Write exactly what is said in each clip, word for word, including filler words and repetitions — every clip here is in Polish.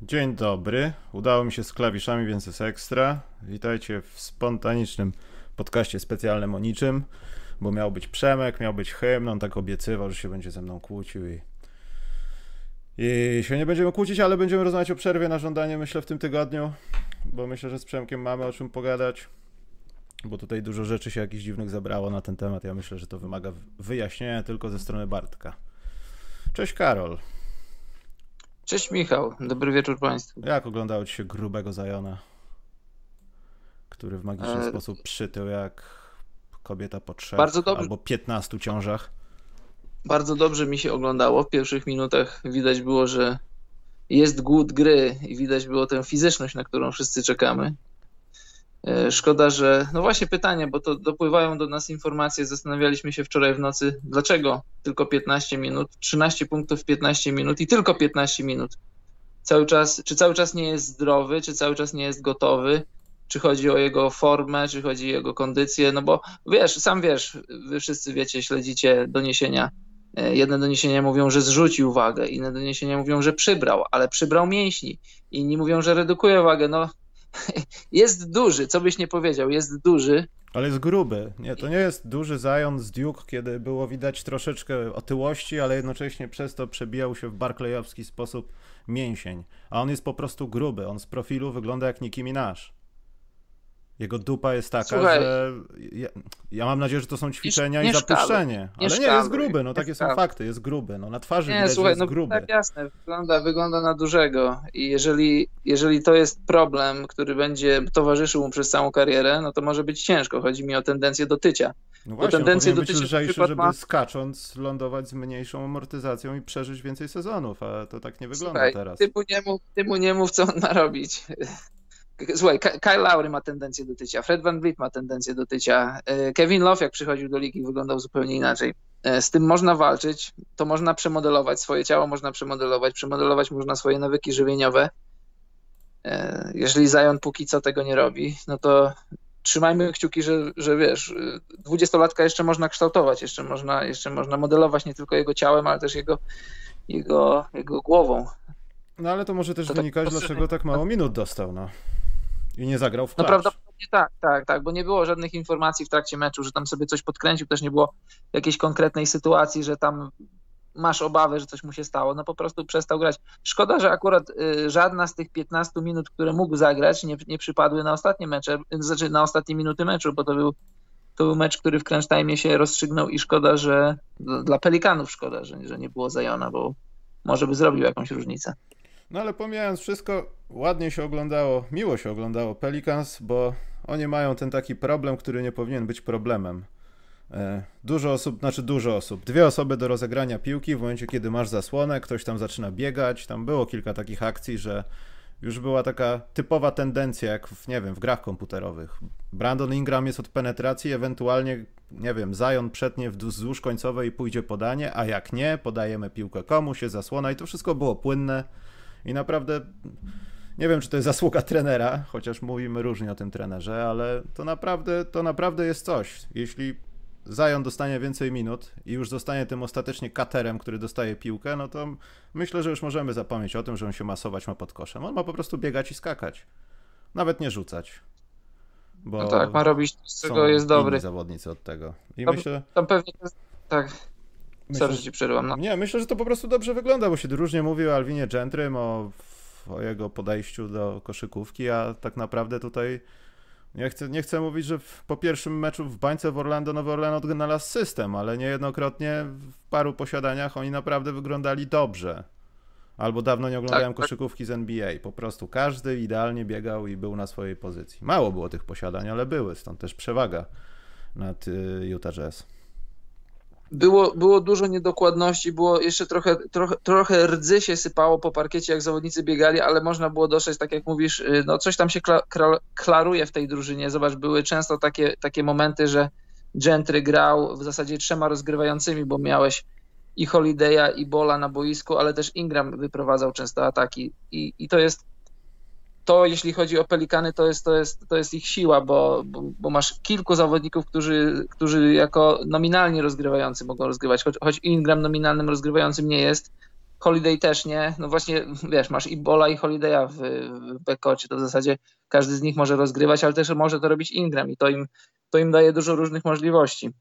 Dzień dobry, udało mi się z klawiszami, więc jest ekstra. Witajcie w spontanicznym podcaście specjalnym o niczym, bo miał być Przemek, miał być hymn, on tak obiecywał, że się będzie ze mną kłócił i... I się nie będziemy kłócić, ale będziemy rozmawiać o przerwie na żądanie, myślę, w tym tygodniu, bo myślę, że z Przemkiem mamy o czym pogadać, bo tutaj dużo rzeczy się jakichś dziwnych zebrało na ten temat. Ja myślę, że to wymaga wyjaśnienia tylko ze strony Bartka. Cześć Karol. Cześć Michał, dobry wieczór Państwu. Jak oglądało Ci się grubego Zajona, który w magiczny e... sposób przytył jak kobieta po trzech Bardzo dobrze. albo piętnastu ciążach? Bardzo dobrze mi się oglądało. W pierwszych minutach widać było, że jest głód gry i widać było tę fizyczność, na którą wszyscy czekamy. Szkoda, że... No właśnie pytanie, bo to dopływają do nas informacje, zastanawialiśmy się wczoraj w nocy, dlaczego tylko piętnaście minut, trzynaście punktów w piętnaście minut i tylko piętnaście minut. Cały czas, czy cały czas nie jest zdrowy, czy cały czas nie jest gotowy, czy chodzi o jego formę, czy chodzi o jego kondycję, no bo wiesz, sam wiesz, wy wszyscy wiecie, śledzicie doniesienia. Jedne doniesienia mówią, że zrzucił wagę, inne doniesienia mówią, że przybrał, ale przybrał mięśni. Inni mówią, że redukuje wagę, no jest duży, co byś nie powiedział, jest duży. Ale jest gruby. Nie, to nie jest duży Zion z Duke, kiedy było widać troszeczkę otyłości, ale jednocześnie przez to przebijał się w barklejowski sposób mięsień. A on jest po prostu gruby. On z profilu wygląda jak Nicki Minaj. Jego dupa jest taka, Słuchaj, że ja, ja mam nadzieję, że to są ćwiczenia nie, nie i zapuszczenie. Nie ale nie, jest gruby, no takie są fakty, jest gruby. No na twarzy nie, widać, słuchaj, że jest no, gruby. Tak jasne, wygląda, wygląda na dużego i jeżeli, jeżeli to jest problem, który będzie towarzyszył mu przez całą karierę, no to może być ciężko. Chodzi mi o tendencję do tycia. No właśnie, tendencję on do być tycia lżejszy, żeby ma... skacząc lądować z mniejszą amortyzacją i przeżyć więcej sezonów, a to tak nie wygląda Słuchaj, teraz. Ty mu, nie mów, ty mu nie mów, co on ma robić. Słuchaj, Kyle Lowry ma tendencję do tycia, Fred VanVleet ma tendencję do tycia, Kevin Love jak przychodził do ligi wyglądał zupełnie inaczej. Z tym można walczyć, to można przemodelować, swoje ciało można przemodelować, przemodelować można swoje nawyki żywieniowe. Jeżeli Zion póki co tego nie robi, no to trzymajmy kciuki, że, że wiesz, dwudziestolatka jeszcze można kształtować, jeszcze można, jeszcze można modelować nie tylko jego ciałem, ale też jego, jego, jego głową. No ale to może też to wynikać, tak, dlaczego tak mało minut dostał, no. I nie zagrał w klacz. No prawdopodobnie tak, tak, tak, bo nie było żadnych informacji w trakcie meczu, że tam sobie coś podkręcił, też nie było jakiejś konkretnej sytuacji, że tam masz obawę, że coś mu się stało, no po prostu przestał grać. Szkoda, że akurat y, żadna z tych piętnastu minut, które mógł zagrać, nie, nie przypadły na ostatnie mecze, znaczy na ostatnie minuty meczu, bo to był, to był mecz, który w crunch time się rozstrzygnął i szkoda, że dla Pelikanów szkoda, że, że nie było Ziona, bo może by zrobił jakąś różnicę. No ale pomijając wszystko, ładnie się oglądało, miło się oglądało Pelicans, bo oni mają ten taki problem, który nie powinien być problemem. Dużo osób, znaczy dużo osób, dwie osoby do rozegrania piłki w momencie, kiedy masz zasłonę, ktoś tam zaczyna biegać, tam było kilka takich akcji, że już była taka typowa tendencja, jak w, nie wiem, w grach komputerowych. Brandon Ingram jest od penetracji, ewentualnie, nie wiem, Zion przetnie wzdłuż końcowej i pójdzie podanie, a jak nie, podajemy piłkę komuś, jest zasłona i to wszystko było płynne. I naprawdę, nie wiem, czy to jest zasługa trenera, chociaż mówimy różnie o tym trenerze, ale to naprawdę, to naprawdę jest coś. Jeśli Zion dostanie więcej minut i już zostanie tym ostatecznie katerem, który dostaje piłkę, no to myślę, że już możemy zapomnieć o tym, że on się masować ma pod koszem. On ma po prostu biegać i skakać. Nawet nie rzucać. Bo no tak, ma robić to, z czego jest dobry. Zawodnicy od tego. I tam, myślę... Tam pewnie tak... Myślę, Sorry, że ci przerywam. No. Nie, myślę, że to po prostu dobrze wygląda, bo się różnie mówi o Alvinie Gentrym, o, o jego podejściu do koszykówki, a tak naprawdę tutaj nie chcę, nie chcę mówić, że w, po pierwszym meczu w bańce w Orlando Nowy Orlean odnalazł system, ale niejednokrotnie w paru posiadaniach oni naprawdę wyglądali dobrze. Albo dawno nie oglądałem tak, koszykówki z N B A. Po prostu każdy idealnie biegał i był na swojej pozycji. Mało było tych posiadań, ale były, stąd też przewaga nad y, Utah Jazz. Było, było dużo niedokładności, było jeszcze trochę, trochę, trochę rdzy się sypało po parkiecie, jak zawodnicy biegali, ale można było dostrzec, tak jak mówisz, no coś tam się kla, kla, klaruje w tej drużynie. Zobacz, były często takie, takie momenty, że Gentry grał w zasadzie trzema rozgrywającymi, bo miałeś i Holiday'a, i Bola na boisku, ale też Ingram wyprowadzał często ataki i, i to jest to, jeśli chodzi o Pelikany, to jest, to jest, to jest ich siła, bo, bo, bo masz kilku zawodników, którzy, którzy jako nominalnie rozgrywający mogą rozgrywać, choć, choć Ingram nominalnym rozgrywającym nie jest, Holiday też nie. No właśnie, wiesz, masz i Bola, i Holidaya w, w backcourcie, to w zasadzie każdy z nich może rozgrywać, ale też może to robić Ingram i to im, to im daje dużo różnych możliwości.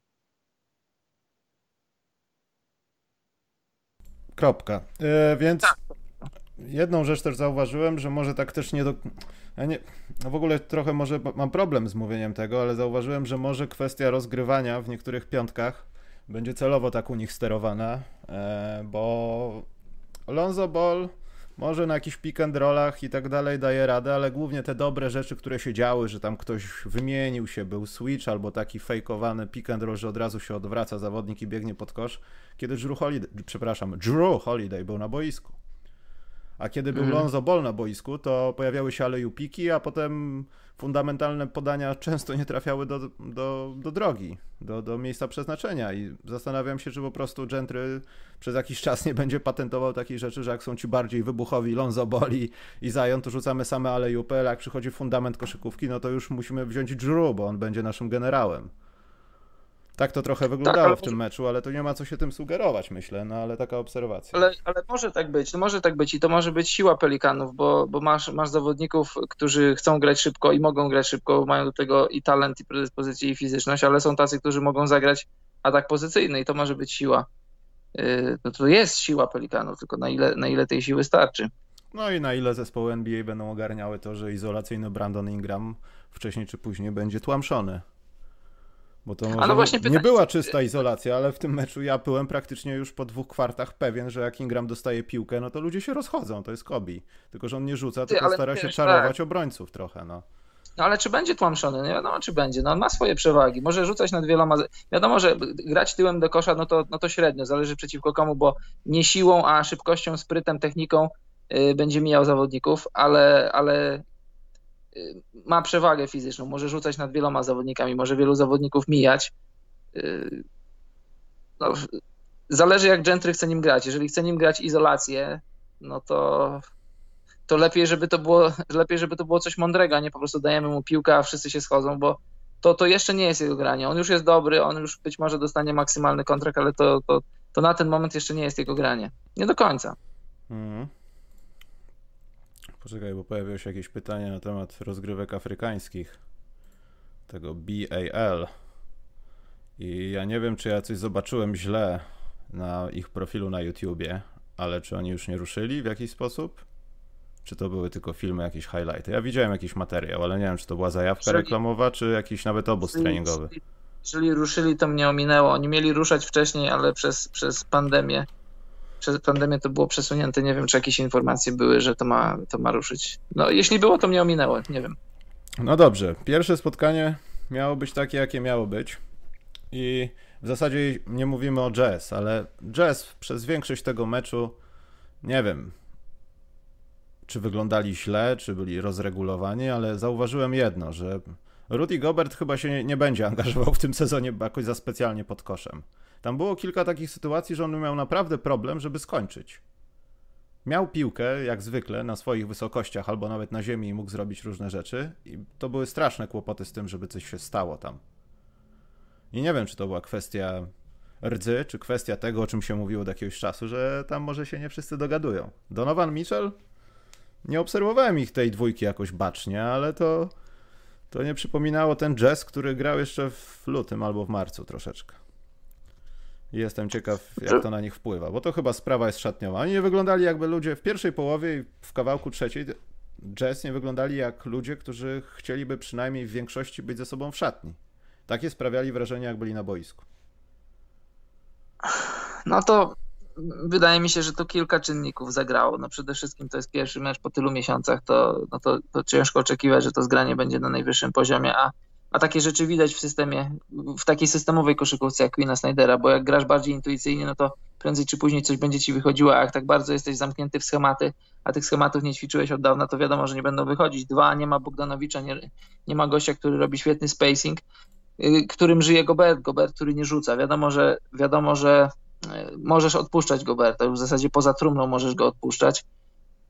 Kropka. Yy, więc tak. Jedną rzecz też zauważyłem, że może tak też nie do... Ja nie... No w ogóle trochę może mam problem z mówieniem tego, ale zauważyłem, że może kwestia rozgrywania w niektórych piątkach będzie celowo tak u nich sterowana, e, bo Lonzo Ball może na jakichś pick and rollach i tak dalej daje radę, ale głównie te dobre rzeczy, które się działy, że tam ktoś wymienił się, był switch albo taki fejkowany pick and roll, że od razu się odwraca zawodnik i biegnie pod kosz, kiedy Drew Holiday, przepraszam, Drew Holiday był na boisku. A kiedy był mm. Lonzo Ball na boisku, to pojawiały się alley-oopiki, a potem fundamentalne podania często nie trafiały do, do, do drogi, do, do miejsca przeznaczenia i zastanawiam się, czy po prostu Gentry przez jakiś czas nie będzie patentował takich rzeczy, że jak są ci bardziej wybuchowi Lonzo Ball i, i Zion, to rzucamy same alley-oopy, ale jak przychodzi fundament koszykówki, no to już musimy wziąć Drew, bo on będzie naszym generałem. Tak to trochę wyglądało tak, w tym meczu, ale to nie ma co się tym sugerować, myślę, no ale taka obserwacja. Ale, ale może tak być, no może tak być i to może być siła Pelikanów, bo, bo masz, masz zawodników, którzy chcą grać szybko i mogą grać szybko, mają do tego i talent, i predyspozycję, i fizyczność, ale są tacy, którzy mogą zagrać atak pozycyjny i to może być siła. No to jest siła Pelikanów, tylko na ile, na ile tej siły starczy. No i na ile zespoły N B A będą ogarniały to, że izolacyjny Brandon Ingram wcześniej czy później będzie tłamszony. Bo to może no właśnie nie, nie była czysta izolacja, ale w tym meczu ja byłem praktycznie już po dwóch kwartach pewien, że jak Ingram dostaje piłkę, no to ludzie się rozchodzą, to jest Kobe. Tylko że on nie rzuca, Ty, tylko stara się czarować tak. obrońców trochę, no. No ale czy będzie tłamszony? Nie wiadomo, czy będzie. No on ma swoje przewagi, może rzucać nad wieloma... Wiadomo, że grać tyłem do kosza, no to, no to średnio, zależy przeciwko komu, bo nie siłą, a szybkością, sprytem, techniką yy, będzie mijał zawodników, ale... ale... ma przewagę fizyczną, może rzucać nad wieloma zawodnikami, może wielu zawodników mijać. No, zależy jak Gentry chce nim grać. Jeżeli chce nim grać izolację, no to, to lepiej, żeby to było, lepiej, żeby to było coś mądrego, a nie po prostu dajemy mu piłkę, a wszyscy się schodzą, bo to, to jeszcze nie jest jego granie. On już jest dobry, on już być może dostanie maksymalny kontrakt, ale to, to, to na ten moment jeszcze nie jest jego granie. Nie do końca. Mhm. Poczekaj, bo pojawiło się jakieś pytanie na temat rozgrywek afrykańskich, tego B A L i ja nie wiem, czy ja coś zobaczyłem źle na ich profilu na YouTubie, ale czy oni już nie ruszyli w jakiś sposób? Czy to były tylko filmy, jakieś highlighty? Ja widziałem jakiś materiał, ale nie wiem, czy to była zajawka czyli, reklamowa, czy jakiś nawet obóz czyli, treningowy. Czyli, czyli ruszyli, to mnie ominęło. Oni mieli ruszać wcześniej, ale przez, przez pandemię Przez pandemię to było przesunięte. Nie wiem, czy jakieś informacje były, że to ma, to ma ruszyć. No, jeśli było, to mnie ominęło. Nie wiem. No dobrze. Pierwsze spotkanie miało być takie, jakie miało być. I w zasadzie nie mówimy o Jazz, ale Jazz przez większość tego meczu, nie wiem, czy wyglądali źle, czy byli rozregulowani, ale zauważyłem jedno, że Rudy Gobert chyba się nie, nie będzie angażował w tym sezonie jakoś za specjalnie pod koszem. Tam było kilka takich sytuacji, że on miał naprawdę problem, żeby skończyć. Miał piłkę, jak zwykle, na swoich wysokościach albo nawet na ziemi i mógł zrobić różne rzeczy i to były straszne kłopoty z tym, żeby coś się stało tam. I nie wiem, czy to była kwestia rdzy, czy kwestia tego, o czym się mówiło od jakiegoś czasu, że tam może się nie wszyscy dogadują. Donovan Mitchell? Nie obserwowałem ich tej dwójki jakoś bacznie, ale to, to nie przypominało ten Jazz, który grał jeszcze w lutym albo w marcu troszeczkę. Jestem ciekaw, jak to na nich wpływa, bo to chyba sprawa jest szatniowa. Oni nie wyglądali jakby ludzie w pierwszej połowie i w kawałku trzeciej Jazz nie wyglądali jak ludzie, którzy chcieliby przynajmniej w większości być ze sobą w szatni. Takie sprawiali wrażenie, jak byli na boisku. No to wydaje mi się, że to kilka czynników zagrało. No przede wszystkim to jest pierwszy mecz po tylu miesiącach, to, no to, to ciężko oczekiwać, że to zgranie będzie na najwyższym poziomie, a A takie rzeczy widać w systemie, w takiej systemowej koszykówce jak Quina Snydera, bo jak grasz bardziej intuicyjnie, no to prędzej czy później coś będzie ci wychodziło, a jak tak bardzo jesteś zamknięty w schematy, a tych schematów nie ćwiczyłeś od dawna, to wiadomo, że nie będą wychodzić. Dwa, nie ma Bogdanowicza, nie, nie ma gościa, który robi świetny spacing, yy, którym żyje Gobert, Gobert, który nie rzuca. Wiadomo, że wiadomo, że yy, możesz odpuszczać Goberta, już w zasadzie poza trumną możesz go odpuszczać.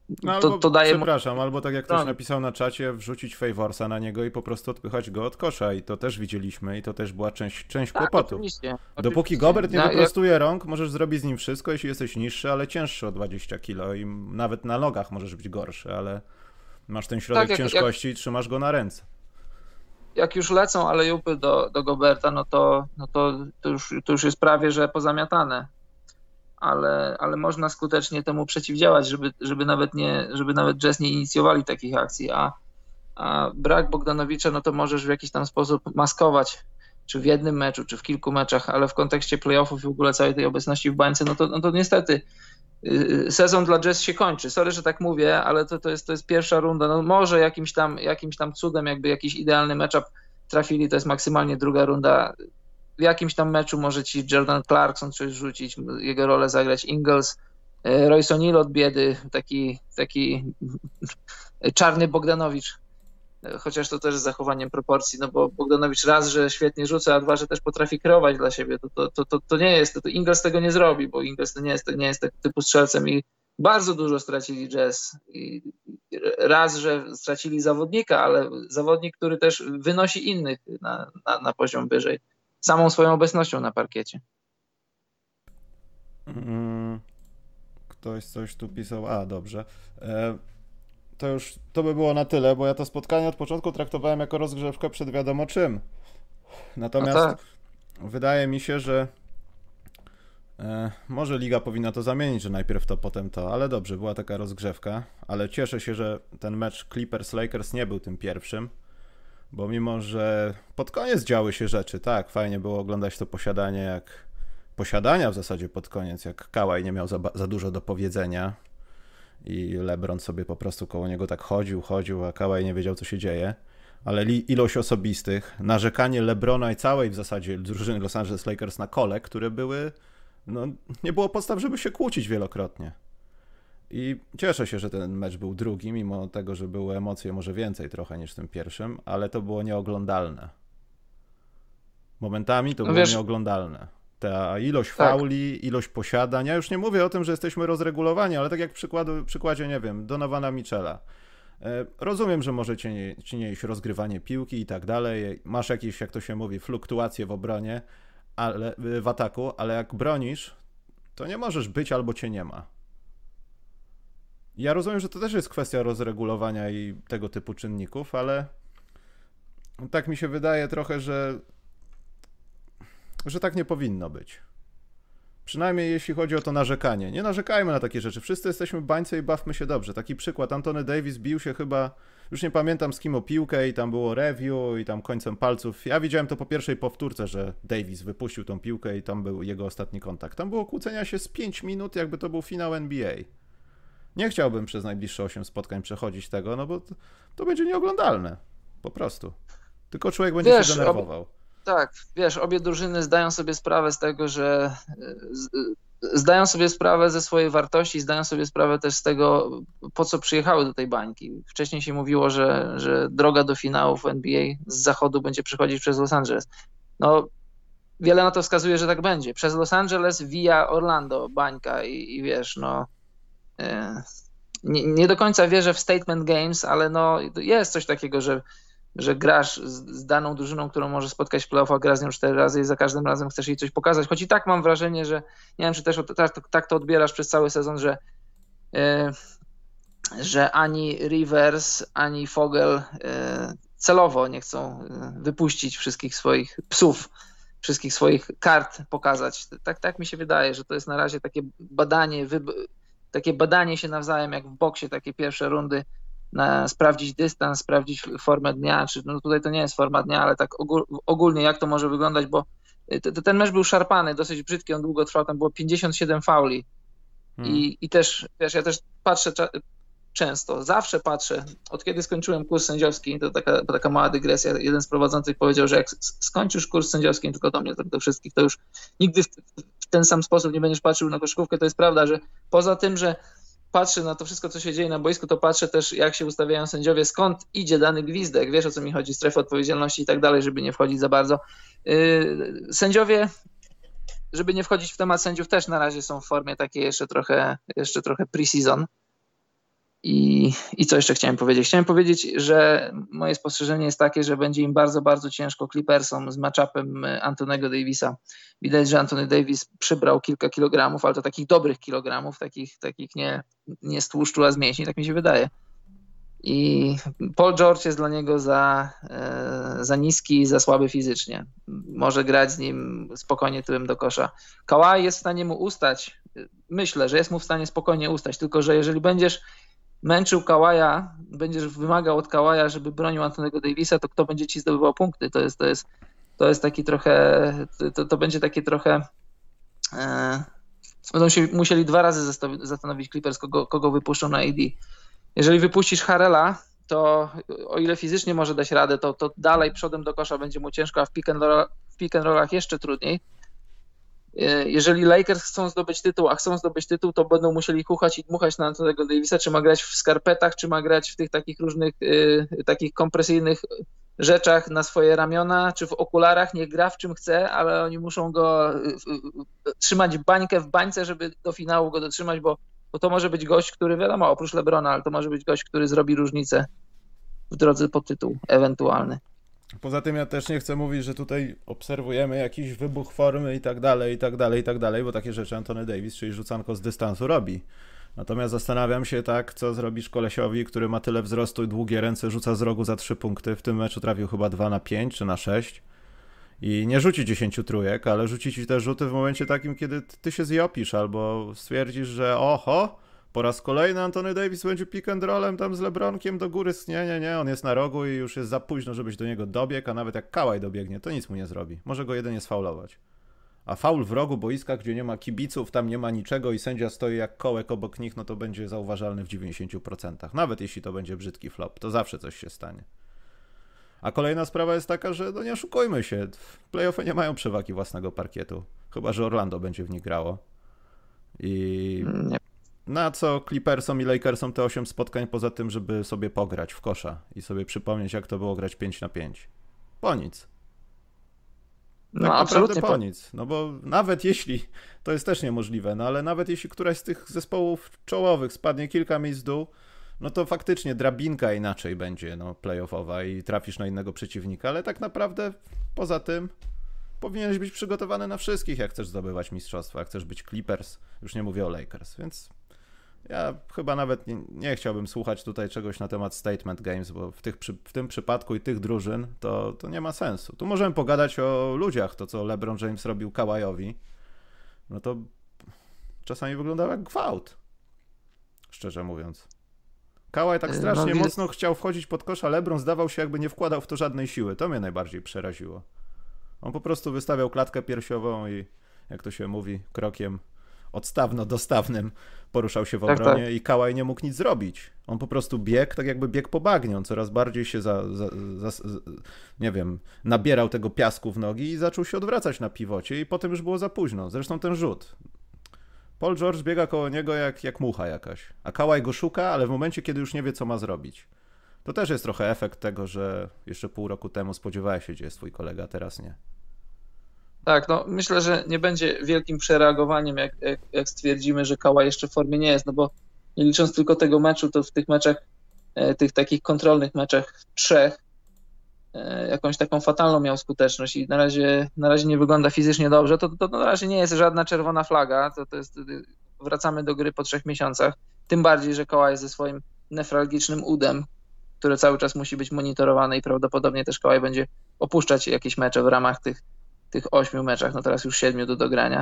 No to, albo, to daje... przepraszam, albo tak jak ktoś no. napisał na czacie, wrzucić Favorsa na niego i po prostu odpychać go od kosza i to też widzieliśmy i to też była część, część tak, kłopotu. Oczywiście, Dopóki oczywiście. Gobert nie no, wyprostuje jak... rąk, możesz zrobić z nim wszystko, jeśli jesteś niższy, ale cięższy o dwadzieścia kilo i nawet na nogach możesz być gorszy, ale masz ten środek tak, jak, ciężkości jak... i trzymasz go na ręce. Jak już lecą alejupy do, do Goberta, no to, no to, to, już, to już jest prawie, że pozamiatane. Ale, ale można skutecznie temu przeciwdziałać, żeby, żeby, nawet nie, żeby nawet Jazz nie inicjowali takich akcji, a, a brak Bogdanowicza, no to możesz w jakiś tam sposób maskować, czy w jednym meczu, czy w kilku meczach, ale w kontekście playoffów i w ogóle całej tej obecności w bańce, no to, no to niestety yy, sezon dla Jazz się kończy. Sorry, że tak mówię, ale to, to, jest, to jest pierwsza runda, no może jakimś tam, jakimś tam cudem jakby jakiś idealny matchup trafili, to jest maksymalnie druga runda. W jakimś tam meczu może ci Jordan Clarkson coś rzucić, jego rolę zagrać Ingles, Royce O'Neal od biedy, taki, taki czarny Bogdanowicz, chociaż to też z zachowaniem proporcji, no bo Bogdanowicz raz, że świetnie rzuca, a dwa, że też potrafi kreować dla siebie, to, to, to, to, to nie jest, to, to Ingles tego nie zrobi, bo Ingles to nie jest, to nie jest tego typu strzelcem i bardzo dużo stracili Jazz. I raz, że stracili zawodnika, ale zawodnik, który też wynosi innych na, na, na poziom wyżej. Samą swoją obecnością na parkiecie. Ktoś coś tu pisał. A, dobrze. E, to już to by było na tyle, bo ja to spotkanie od początku traktowałem jako rozgrzewkę przed wiadomo czym. Natomiast no tak. Wydaje mi się, że e, może liga powinna to zamienić, że najpierw to, potem to, ale dobrze, była taka rozgrzewka, ale cieszę się, że ten mecz Clippers-Lakers nie był tym pierwszym. Bo mimo, że pod koniec działy się rzeczy, tak, fajnie było oglądać to posiadanie, jak posiadania w zasadzie pod koniec, jak Kawhi nie miał za, za dużo do powiedzenia i LeBron sobie po prostu koło niego tak chodził, chodził, a Kawhi nie wiedział, co się dzieje, ale li, ilość osobistych, narzekanie LeBrona i całej w zasadzie drużyny Los Angeles Lakers na kole, które były, no nie było podstaw, żeby się kłócić wielokrotnie. I cieszę się, że ten mecz był drugi, mimo tego, że były emocje może więcej trochę niż w tym pierwszym, ale to było nieoglądalne. Momentami to no było wiesz, nieoglądalne. Ta ilość tak. fauli, ilość posiadań, ja już nie mówię o tym, że jesteśmy rozregulowani, ale tak jak w przykładu, przykładzie, nie wiem, Donowana Mitchella. Rozumiem, że może ci nie, ci nie iść rozgrywanie piłki i tak dalej, masz jakieś, jak to się mówi, fluktuacje w obronie, ale, w ataku, ale jak bronisz, to nie możesz być albo cię nie ma. Ja rozumiem, że to też jest kwestia rozregulowania i tego typu czynników, ale tak mi się wydaje trochę, że że tak nie powinno być. Przynajmniej jeśli chodzi o to narzekanie. Nie narzekajmy na takie rzeczy. Wszyscy jesteśmy bańce i bawmy się dobrze. Taki przykład. Anthony Davis bił się chyba, już nie pamiętam z kim, o piłkę i tam było review i tam końcem palców. Ja widziałem to po pierwszej powtórce, że Davis wypuścił tą piłkę i tam był jego ostatni kontakt. Tam było kłócenia się z pięć minut, jakby to był finał N B A. Nie chciałbym przez najbliższe osiem spotkań przechodzić tego, no bo to, to będzie nieoglądalne. Po prostu. Tylko człowiek będzie wiesz, się denerwował. Ob... Tak, wiesz, obie drużyny zdają sobie sprawę z tego, że z, zdają sobie sprawę ze swojej wartości, zdają sobie sprawę też z tego, po co przyjechały do tej bańki. Wcześniej się mówiło, że, że droga do finałów N B A z zachodu będzie przechodzić przez Los Angeles. No, wiele na to wskazuje, że tak będzie. Przez Los Angeles via Orlando bańka i, i wiesz, no nie, nie do końca wierzę w statement games, ale no jest coś takiego, że, że grasz z, z daną drużyną, którą możesz spotkać w playoffach, grasz z nią cztery razy i za każdym razem chcesz jej coś pokazać. Choć i tak mam wrażenie, że nie wiem, czy też tak, tak to odbierasz przez cały sezon, że, yy, że ani Rivers, ani Vogel yy, celowo nie chcą yy, wypuścić wszystkich swoich psów, wszystkich swoich kart pokazać. Tak, tak mi się wydaje, że to jest na razie takie badanie, wy- takie badanie się nawzajem, jak w boksie, takie pierwsze rundy, na sprawdzić dystans, sprawdzić formę dnia, czy no tutaj to nie jest forma dnia, ale tak ogól, ogólnie jak to może wyglądać, bo t- ten mecz był szarpany, dosyć brzydki, on długo trwał, tam było pięćdziesiąt siedem fauli hmm. I, i też, wiesz, ja też patrzę cza- często, zawsze patrzę, od kiedy skończyłem kurs sędziowski, to taka, taka mała dygresja, jeden z prowadzących powiedział, że jak skończysz kurs sędziowski, tylko do mnie, tak do wszystkich, to już nigdy w, w ten sam sposób nie będziesz patrzył na koszykówkę. To jest prawda, że poza tym, że patrzę na to wszystko, co się dzieje na boisku, to patrzę też, jak się ustawiają sędziowie, skąd idzie dany gwizdek, wiesz, o co mi chodzi, strefy odpowiedzialności i tak dalej, żeby nie wchodzić za bardzo. Yy, sędziowie, żeby nie wchodzić w temat sędziów, też na razie są w formie takiej jeszcze trochę, jeszcze trochę pre-season. I, I co jeszcze chciałem powiedzieć? Chciałem powiedzieć, że moje spostrzeżenie jest takie, że będzie im bardzo, bardzo ciężko Clippersom z matchupem Antonego Davisa. Widać, że Anthony Davis przybrał kilka kilogramów, ale to takich dobrych kilogramów, takich, takich nie, nie z tłuszczu, a z mięśni, tak mi się wydaje. I Paul George jest dla niego za, za niski i za słaby fizycznie. Może grać z nim spokojnie tyłem do kosza. Kawhi jest w stanie mu ustać. Myślę, że jest mu w stanie spokojnie ustać, tylko że jeżeli będziesz męczył Kawaja, będziesz wymagał od Kawaja, żeby bronił Antonego Davisa, to kto będzie ci zdobywał punkty? To jest, to jest, to jest taki trochę, to, to będzie takie trochę e, będą się musieli dwa razy zastanowić Clippers, kogo, kogo wypuszczą na A D. Jeżeli wypuścisz Harrella, to o ile fizycznie może dać radę, to, to dalej przodem do kosza będzie mu ciężko, a w pick and, roll, w pick and rollach jeszcze trudniej. Jeżeli Lakers chcą zdobyć tytuł, a chcą zdobyć tytuł, to będą musieli chuchać i dmuchać na Antonego Davisa, czy ma grać w skarpetach, czy ma grać w tych takich różnych y, takich kompresyjnych rzeczach na swoje ramiona, czy w okularach, niech gra w czym chce, ale oni muszą go y, y, trzymać bańkę w bańce, żeby do finału go dotrzymać, bo, bo to może być gość, który wiadomo, oprócz LeBrona, ale to może być gość, który zrobi różnicę w drodze po tytuł ewentualny. Poza tym ja też nie chcę mówić, że tutaj obserwujemy jakiś wybuch formy i tak dalej, i tak dalej, i tak dalej, bo takie rzeczy Anthony Davis, czyli rzucanko z dystansu, robi. Natomiast zastanawiam się tak, co zrobisz kolesiowi, który ma tyle wzrostu i długie ręce, rzuca z rogu za trzy punkty. W tym meczu trafił chyba dwa na pięć czy na sześć i nie rzuci dziesięciu trójek, ale rzuci ci te rzuty w momencie takim, kiedy ty się zjopisz albo stwierdzisz, że oho, po raz kolejny Anthony Davis będzie pick and rollem tam z LeBronkiem do góry. Nie, nie, nie, on jest na rogu i już jest za późno, żebyś do niego dobiegł, a nawet jak Kawhi dobiegnie, to nic mu nie zrobi. Może go jedynie sfaulować. A faul w rogu boiska, gdzie nie ma kibiców, tam nie ma niczego i sędzia stoi jak kołek obok nich, no to będzie zauważalny w dziewięćdziesięciu procentach. Nawet jeśli to będzie brzydki flop, to zawsze coś się stanie. A kolejna sprawa jest taka, że no nie oszukujmy się, play-offy nie mają przewagi własnego parkietu. Chyba że Orlando będzie w nich grało. I na co Clippersom i Lakersom te osiem spotkań poza tym, żeby sobie pograć w kosza i sobie przypomnieć, jak to było grać pięć na pięć. Po nic. Tak no absolutnie po, po nic. No bo nawet jeśli, to jest też niemożliwe, no ale nawet jeśli któraś z tych zespołów czołowych spadnie kilka miejsc w dół, no to faktycznie drabinka inaczej będzie no, playoffowa i trafisz na innego przeciwnika, ale tak naprawdę poza tym powinieneś być przygotowany na wszystkich, jak chcesz zdobywać mistrzostwa, jak chcesz być Clippers, już nie mówię o Lakers, więc ja chyba nawet nie, nie chciałbym słuchać tutaj czegoś na temat statement games, bo w, tych, w tym przypadku i tych drużyn to, to nie ma sensu. Tu możemy pogadać o ludziach, to co LeBron James robił Kawajowi, no to czasami wyglądał jak gwałt, szczerze mówiąc. Kawhi tak strasznie no, mocno chciał wchodzić pod kosz, a LeBron zdawał się, jakby nie wkładał w to żadnej siły. To mnie najbardziej przeraziło. On po prostu wystawiał klatkę piersiową i, jak to się mówi, krokiem odstawno-dostawnym poruszał się w obronie tak, tak. i Kawhi nie mógł nic zrobić. On po prostu biegł, tak jakby biegł po bagnie. On coraz bardziej się, za, za, za, nie wiem, nabierał tego piasku w nogi i zaczął się odwracać na piwocie i potem już było za późno. Zresztą ten rzut. Paul George biega koło niego jak, jak mucha jakaś, a Kawhi go szuka, ale w momencie, kiedy już nie wie, co ma zrobić. To też jest trochę efekt tego, że jeszcze pół roku temu spodziewałeś się, gdzie jest twój kolega, a teraz nie. Tak, no myślę, że nie będzie wielkim przereagowaniem, jak, jak, jak stwierdzimy, że Kawhi jeszcze w formie nie jest, no bo nie licząc tylko tego meczu, to w tych meczach, tych takich kontrolnych meczach trzech, jakąś taką fatalną miał skuteczność i na razie, na razie nie wygląda fizycznie dobrze, to, to na razie nie jest żadna czerwona flaga, to, to jest, wracamy do gry po trzech miesiącach, tym bardziej, że Kawhi ze swoim nefralgicznym udem, które cały czas musi być monitorowane i prawdopodobnie też Kawhi będzie opuszczać jakieś mecze w ramach tych, tych ośmiu meczach, no teraz już siedmiu do dogrania.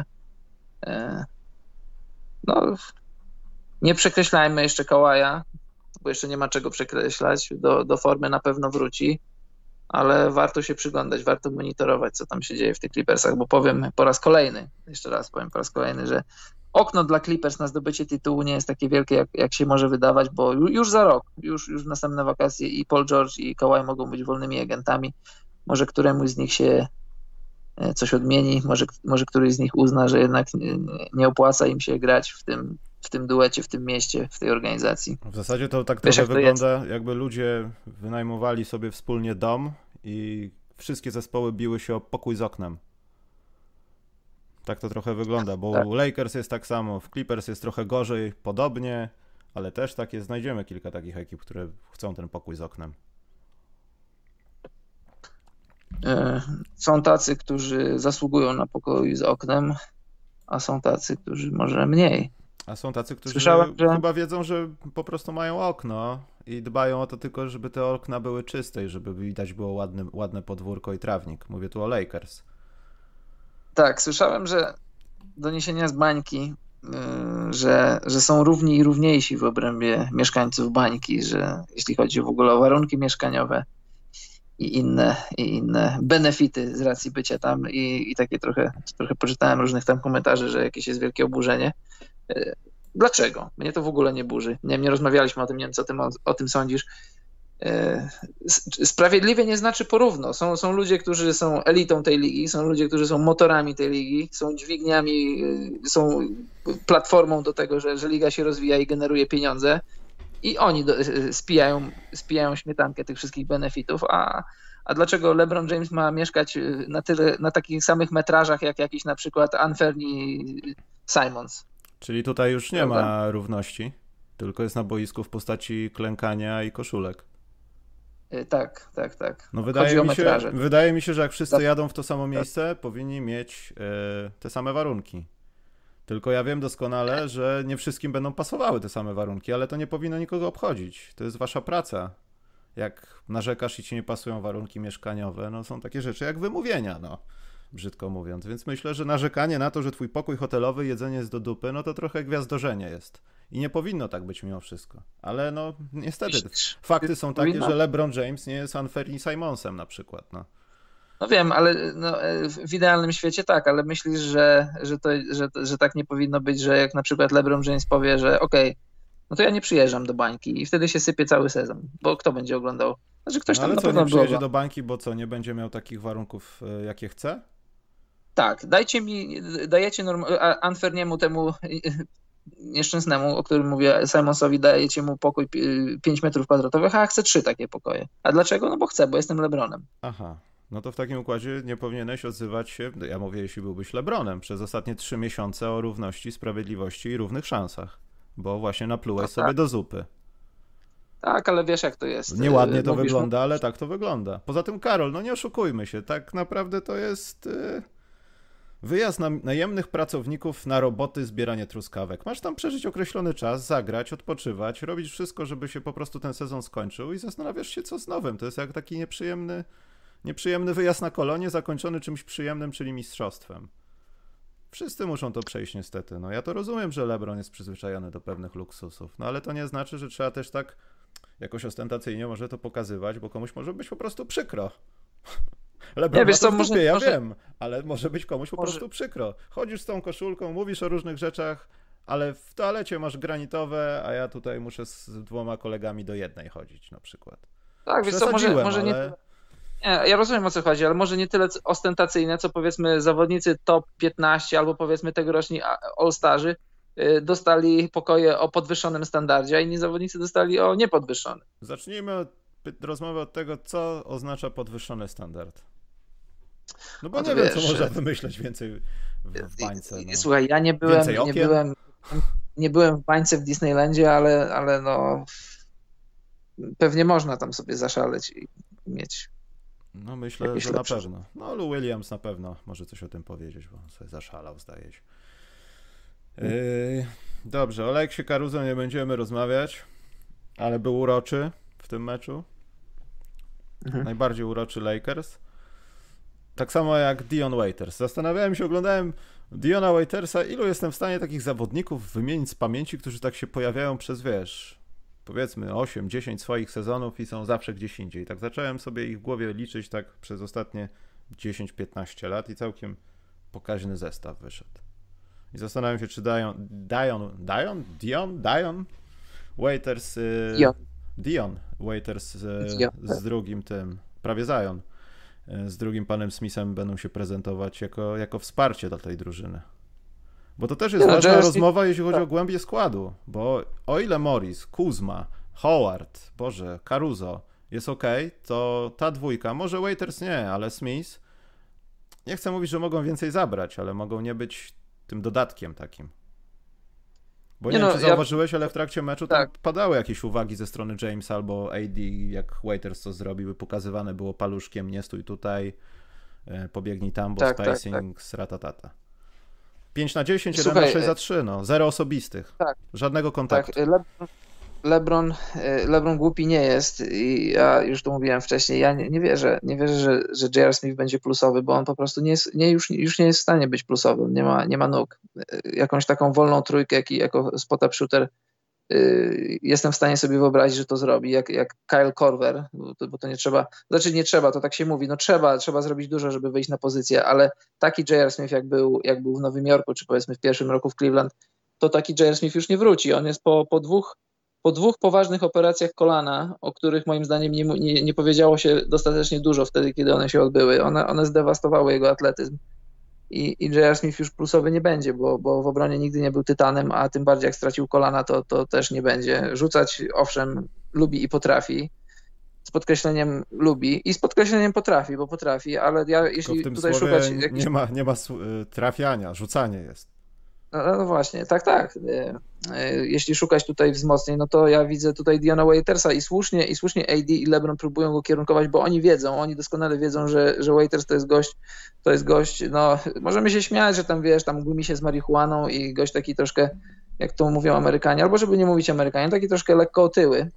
No, nie przekreślajmy jeszcze Kawhi'a, bo jeszcze nie ma czego przekreślać, do, do formy na pewno wróci, ale warto się przyglądać, warto monitorować, co tam się dzieje w tych Clippersach, bo powiem po raz kolejny, jeszcze raz powiem po raz kolejny, że okno dla Clippers na zdobycie tytułu nie jest takie wielkie, jak, jak się może wydawać, bo już za rok, już, już następne wakacje i Paul George i Kawhi mogą być wolnymi agentami. Może któremuś z nich się coś odmieni, może, może któryś z nich uzna, że jednak nie, nie opłaca im się grać w tym, w tym duecie, w tym mieście, w tej organizacji. W zasadzie to tak Wiesz, trochę wygląda, jest? Jakby ludzie wynajmowali sobie wspólnie dom i wszystkie zespoły biły się o pokój z oknem. Tak to trochę wygląda, bo tak. u Lakers jest tak samo, w Clippers jest trochę gorzej, podobnie, ale też takie znajdziemy kilka takich ekip, które chcą ten pokój z oknem. Są tacy, którzy zasługują na pokój z oknem, a są tacy, którzy może mniej. A są tacy, którzy Słyszałem, że... chyba wiedzą, że po prostu mają okno i dbają o to tylko, żeby te okna były czyste i żeby widać było ładny, ładne podwórko i trawnik. Mówię tu o Lakers. Tak, słyszałem, że doniesienia z bańki, że, że są równi i równiejsi w obrębie mieszkańców bańki, że jeśli chodzi w ogóle o warunki mieszkaniowe i inne, i inne benefity z racji bycia tam i, i takie trochę, trochę poczytałem różnych tam komentarzy, że jakieś jest wielkie oburzenie. Dlaczego? Mnie to w ogóle nie burzy. Nie, nie rozmawialiśmy o tym, nie wiem, co ty o, o tym sądzisz. Sprawiedliwie nie znaczy porówno. Są, są ludzie, którzy są elitą tej ligi, są ludzie, którzy są motorami tej ligi, są dźwigniami, są platformą do tego, że, że liga się rozwija i generuje pieniądze i oni do, spijają, spijają śmietankę tych wszystkich benefitów, a, a dlaczego LeBron James ma mieszkać na, tyle, na takich samych metrażach jak jakiś na przykład Anthony Simons? Czyli tutaj już nie Prawda? ma równości, tylko jest na boisku w postaci klękania i koszulek. Tak, tak, tak. No wydaje mi, się, wydaje mi się, że jak wszyscy jadą w to samo miejsce, tak. powinni mieć e, te same warunki. Tylko ja wiem doskonale, że nie wszystkim będą pasowały te same warunki, ale to nie powinno nikogo obchodzić. To jest wasza praca. Jak narzekasz i ci nie pasują warunki mieszkaniowe, no są takie rzeczy jak wymówienia, no. Brzydko mówiąc. Więc myślę, że narzekanie na to, że twój pokój hotelowy, jedzenie jest do dupy, no to trochę gwiazdorzenie jest. I nie powinno tak być mimo wszystko. Ale no niestety fakty są takie, że LeBron James nie jest Anthony Simonsem na przykład. No, no wiem, ale no, w idealnym świecie tak, ale myślisz, że, że, to, że, że tak nie powinno być, że jak na przykład LeBron James powie, że okej, okay, no to ja nie przyjeżdżam do bańki i wtedy się sypie cały sezon, bo kto będzie oglądał? Znaczy ktoś no, tam ale na co, pewno nie przyjedzie do bańki, bo co, nie będzie miał takich warunków, jakie chce? Tak, dajcie mi, dajecie norm- Anferniemu temu nieszczęsnemu, o którym mówię, Simonsowi, dajecie mu pokój pięć metrów kwadratowych, a ja chcę trzy takie pokoje. A dlaczego? No bo chcę, bo jestem LeBronem. Aha, no to w takim układzie nie powinieneś odzywać się, ja mówię, jeśli byłbyś LeBronem, przez ostatnie trzy miesiące o równości, sprawiedliwości i równych szansach, bo właśnie naplułeś no, sobie tak. do zupy. Tak, ale wiesz jak to jest. Nieładnie to Mówisz, wygląda, ale tak to wygląda. Poza tym, Karol, no nie oszukujmy się, tak naprawdę to jest... Wyjazd na najemnych pracowników na roboty, zbieranie truskawek. Masz tam przeżyć określony czas, zagrać, odpoczywać, robić wszystko, żeby się po prostu ten sezon skończył i zastanawiasz się, co z nowym. To jest jak taki nieprzyjemny, nieprzyjemny wyjazd na kolonie zakończony czymś przyjemnym, czyli mistrzostwem. Wszyscy muszą to przejść niestety. No ja to rozumiem, że LeBron jest przyzwyczajony do pewnych luksusów, no ale to nie znaczy, że trzeba też tak jakoś ostentacyjnie może to pokazywać, bo komuś może być po prostu przykro. LeBron nie, wiesz co, może, może, ja może, wiem, ale może być komuś po może... prostu przykro. Chodzisz z tą koszulką, mówisz o różnych rzeczach, ale w toalecie masz granitowe, a ja tutaj muszę z dwoma kolegami do jednej chodzić na przykład. Tak, wiesz co, może, może ale... nie... nie... Ja rozumiem, o co chodzi, ale może nie tyle ostentacyjne, co powiedzmy zawodnicy top piętnaście albo powiedzmy tegoroczni All-Starzy dostali pokoje o podwyższonym standardzie, a inni zawodnicy dostali o niepodwyższonym. Zacznijmy od rozmowę od tego, co oznacza podwyższony standard. No bo no nie wiesz, wiem, co można wymyśleć więcej w, w bańce. No. Słuchaj, ja nie byłem, nie byłem, nie byłem w bańce w Disneylandzie, ale, ale no pewnie można tam sobie zaszaleć i mieć. No myślę, że lepsze. Na pewno. No Lou Williams na pewno może coś o tym powiedzieć, bo on sobie zaszalał, zdaje się. Yy, dobrze, o Aleksie Caruso nie będziemy rozmawiać, ale był uroczy w tym meczu. Mhm. Najbardziej uroczy Lakers. Tak samo jak Dion Waiters. Zastanawiałem się, oglądałem Diona Waitersa, ilu jestem w stanie takich zawodników wymienić z pamięci, którzy tak się pojawiają przez, wiesz, powiedzmy osiem dziesięć swoich sezonów i są zawsze gdzieś indziej. Tak zacząłem sobie ich w głowie liczyć tak przez ostatnie dziesięć piętnaście lat i całkiem pokaźny zestaw wyszedł. I zastanawiam się, czy Dion, Dion, Dion, Dion, Dion Waiters, Dion, Dion Waiters z, z drugim tym, prawie Zion, z drugim panem Smithem będą się prezentować jako, jako wsparcie dla tej drużyny. Bo to też jest ja, ważna Jesse... rozmowa, jeśli chodzi o głębię składu, bo o ile Morris, Kuzma, Howard, Boże, Caruso jest ok, to ta dwójka, może Waiters nie, ale Smith, nie chcę mówić, że mogą więcej zabrać, ale mogą nie być tym dodatkiem takim. Bo nie, nie wiem, no, czy zauważyłeś, ja... ale w trakcie meczu tam tak. padały jakieś uwagi ze strony Jamesa albo A D, jak waiters to zrobiły, pokazywane było paluszkiem, nie stój tutaj, pobiegnij tam, bo tak, spacing, tak, tak. Sratatata. pięć na dziesięć, jeden na sześć za trzy, no. Zero osobistych. Tak. Żadnego kontaktu. Tak. Le... LeBron, LeBron głupi nie jest i ja już to mówiłem wcześniej, ja nie, nie wierzę, nie wierzę, że, że J R. Smith będzie plusowy, bo on po prostu nie jest, nie, już, już nie jest w stanie być plusowy, nie ma, nie ma nóg. Jakąś taką wolną trójkę, jak, jako spot-up shooter yy, jestem w stanie sobie wyobrazić, że to zrobi, jak, jak Kyle Korver, bo to, bo to nie trzeba, znaczy nie trzeba, to tak się mówi, no trzeba, trzeba zrobić dużo, żeby wyjść na pozycję, ale taki J R. Smith jak był, jak był w Nowym Jorku, czy powiedzmy w pierwszym roku w Cleveland, to taki J R. Smith już nie wróci, on jest po, po dwóch Po dwóch poważnych operacjach kolana, o których moim zdaniem nie, nie, nie powiedziało się dostatecznie dużo wtedy, kiedy one się odbyły. One, one zdewastowały jego atletyzm. I, i J R. Smith już plusowy nie będzie, bo, bo w obronie nigdy nie był tytanem, a tym bardziej jak stracił kolana, to, to też nie będzie. Rzucać, owszem, lubi i potrafi. Z podkreśleniem lubi i z podkreśleniem potrafi, bo potrafi, ale ja jeśli w tym tutaj słowie szukać... Jakiś... Nie ma, nie ma trafiania, rzucanie jest. No, no właśnie, tak, tak. Jeśli szukać tutaj wzmocnień, no to ja widzę tutaj Diona Waitersa i słusznie, i słusznie A D i LeBron próbują go kierunkować, bo oni wiedzą, oni doskonale wiedzą, że, że Waiters to jest gość, to jest gość, no możemy się śmiać, że tam wiesz, tam glumi się z marihuaną i gość taki troszkę, jak to mówią Amerykanie, albo żeby nie mówić Amerykanie, taki troszkę lekko otyły,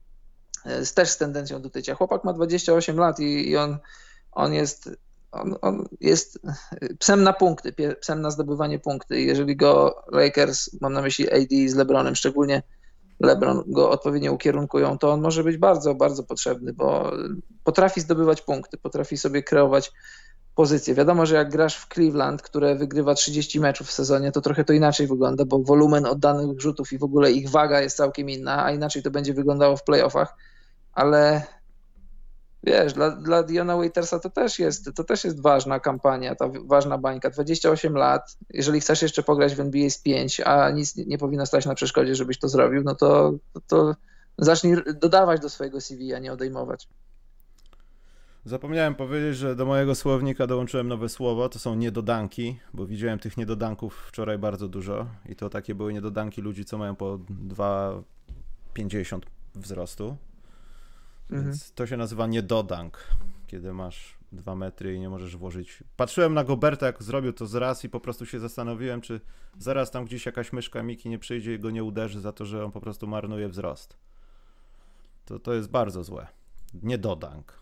też z tendencją do tycia. Chłopak ma dwadzieścia osiem lat i, i on, on jest... On, on jest psem na punkty, psem na zdobywanie punkty i jeżeli go Lakers, mam na myśli A D z LeBronem, szczególnie LeBron go odpowiednio ukierunkują, to on może być bardzo, bardzo potrzebny, bo potrafi zdobywać punkty, potrafi sobie kreować pozycję. Wiadomo, że jak grasz w Cleveland, które wygrywa trzydzieści meczów w sezonie, to trochę to inaczej wygląda, bo wolumen oddanych rzutów i w ogóle ich waga jest całkiem inna, a inaczej to będzie wyglądało w playoffach, ale wiesz, dla, dla Diona Waitersa to też jest, to też jest ważna kampania, ta ważna bańka. dwadzieścia osiem lat, jeżeli chcesz jeszcze pograć w N B A z pięć, a nic nie powinno stać na przeszkodzie, żebyś to zrobił, no to, to, to zacznij dodawać do swojego C V, a nie odejmować. Zapomniałem powiedzieć, że do mojego słownika dołączyłem nowe słowo, to są niedodanki, bo widziałem tych niedodanków wczoraj bardzo dużo i to takie były niedodanki ludzi, co mają po dwa pięćdziesiąt wzrostu. Więc mhm. to się nazywa niedodank, kiedy masz dwa metry i nie możesz włożyć. Patrzyłem na Goberta, jak zrobił to zraz i po prostu się zastanowiłem, czy zaraz tam gdzieś jakaś myszka Miki nie przyjdzie i go nie uderzy za to, że on po prostu marnuje wzrost. To, to jest bardzo złe. Niedodank.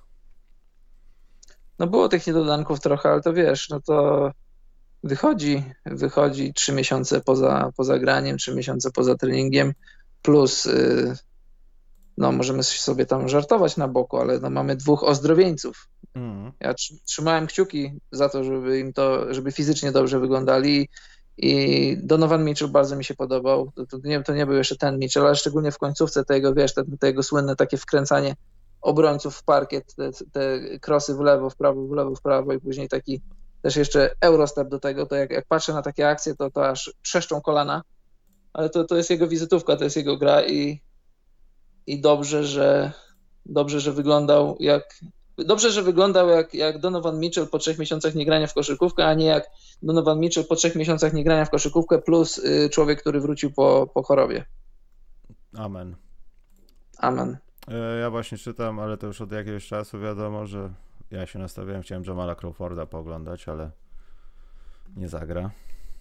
No było tych niedodanków trochę, ale to wiesz, no to wychodzi, wychodzi trzy miesiące poza, poza graniem, trzy miesiące poza treningiem, plus... Yy... no możemy sobie tam żartować na boku, ale no mamy dwóch ozdrowieńców. Mm. Ja trzymałem kciuki za to, żeby im to, żeby fizycznie dobrze wyglądali i Donovan Mitchell bardzo mi się podobał. To, to, nie, to nie był jeszcze ten Mitchell, ale szczególnie w końcówce tego, wiesz, te, te jego słynne takie wkręcanie obrońców w parkiet, te, te krosy w lewo, w prawo, w lewo, w prawo i później taki też jeszcze Eurostep do tego, to jak, jak patrzę na takie akcje, to, to aż trzeszczą kolana, ale to, to jest jego wizytówka, to jest jego gra i I dobrze, że dobrze, że wyglądał jak dobrze, że wyglądał jak, jak Donovan Mitchell po trzech miesiącach niegrania w koszykówkę, a nie jak Donovan Mitchell po trzech miesiącach niegrania w koszykówkę plus y, człowiek, który wrócił po, po chorobie. Amen. Amen. Ja właśnie czytam, ale to już od jakiegoś czasu wiadomo, że ja się nastawiałem, chciałem Jamala Crawforda pooglądać, ale nie zagra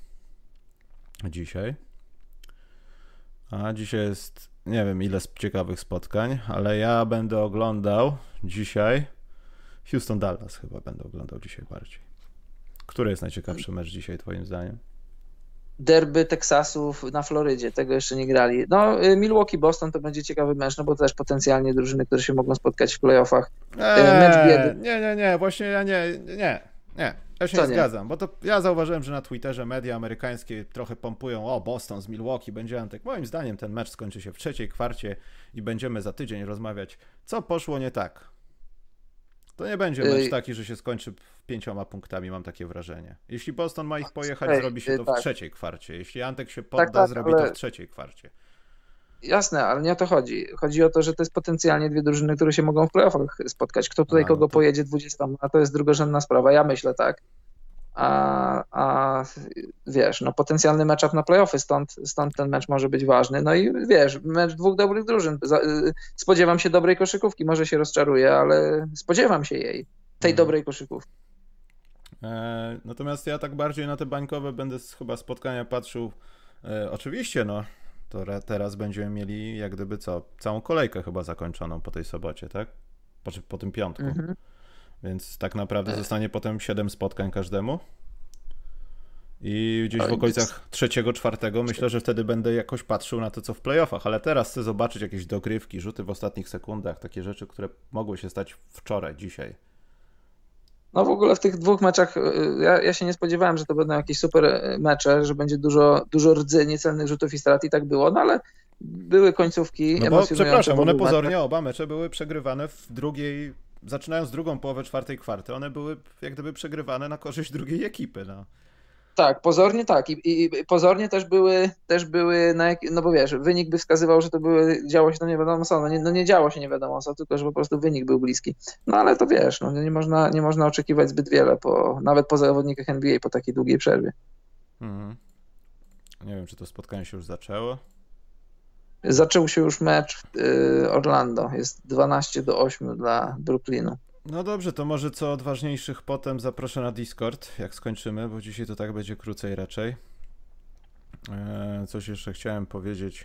dzisiaj. A dzisiaj jest, nie wiem ile ciekawych spotkań, ale ja będę oglądał dzisiaj Houston Dallas chyba będę oglądał dzisiaj bardziej. Który jest najciekawszy mecz dzisiaj twoim zdaniem? Derby Teksasów na Florydzie, tego jeszcze nie grali. No Milwaukee-Boston to będzie ciekawy mecz, no bo to też potencjalnie drużyny, które się mogą spotkać w playoffach. Eee, mecz biedy. Nie, nie, nie, właśnie ja nie, nie, nie. Ja się Co nie, nie zgadzam, bo to ja zauważyłem, że na Twitterze media amerykańskie trochę pompują, o Boston z Milwaukee będzie Antek. Moim zdaniem ten mecz skończy się w trzeciej kwarcie i będziemy za tydzień rozmawiać, co poszło nie tak. To nie będzie mecz taki, że się skończy pięcioma punktami, mam takie wrażenie. Jeśli Boston ma ich pojechać, Ej, zrobi się to tak. w trzeciej kwarcie. Jeśli Antek się podda, tak, tak, zrobi ale... to w trzeciej kwarcie. Jasne, ale nie o to chodzi. Chodzi o to, że to jest potencjalnie dwie drużyny, które się mogą w playoffach spotkać. Kto tutaj a, kogo no to... pojedzie dwudziestoma, a to jest drugorzędna sprawa. Ja myślę tak. a, a wiesz, no potencjalny matchup na playoffy, stąd, stąd ten mecz może być ważny. No i wiesz, mecz dwóch dobrych drużyn. Spodziewam się dobrej koszykówki, może się rozczaruję, ale spodziewam się jej, tej hmm. dobrej koszykówki. E, natomiast ja tak bardziej na te bańkowe będę z chyba spotkania patrzył. E, oczywiście, no, to re, teraz będziemy mieli jak gdyby co, całą kolejkę chyba zakończoną po tej sobocie, tak? Po, po tym piątku. Mm-hmm. Więc tak naprawdę zostanie potem siedem spotkań każdemu. I gdzieś w okolicach trzeciego, czwartego myślę, że wtedy będę jakoś patrzył na to, co w playoffach, ale teraz chcę zobaczyć jakieś dogrywki, rzuty w ostatnich sekundach, takie rzeczy, które mogły się stać wczoraj, dzisiaj. No w ogóle w tych dwóch meczach ja, ja się nie spodziewałem, że to będą jakieś super mecze, że będzie dużo, dużo rdzy, niecelnych rzutów i strat i tak było, no ale były końcówki no bo, przepraszam, one pozornie meczach. Oba mecze były przegrywane w drugiej, zaczynając drugą połowę czwartej kwarty, one były jak gdyby przegrywane na korzyść drugiej ekipy, no. Tak, pozornie tak. I, i pozornie też były, też były na, no bo wiesz, wynik by wskazywał, że to były, działo się to nie wiadomo co, no nie, no nie działo się nie wiadomo co, tylko że po prostu wynik był bliski. No ale to wiesz, no nie można, nie można oczekiwać zbyt wiele, po, nawet po zawodnikach N B A po takiej długiej przerwie. Mhm. Nie wiem, czy to spotkanie się już zaczęło? Zaczął się już mecz w y, Orlando, jest dwanaście do ośmiu dla Brooklynu. No dobrze, to może co od ważniejszych potem zaproszę na Discord, jak skończymy, bo dzisiaj to tak będzie krócej raczej. Eee, coś jeszcze chciałem powiedzieć.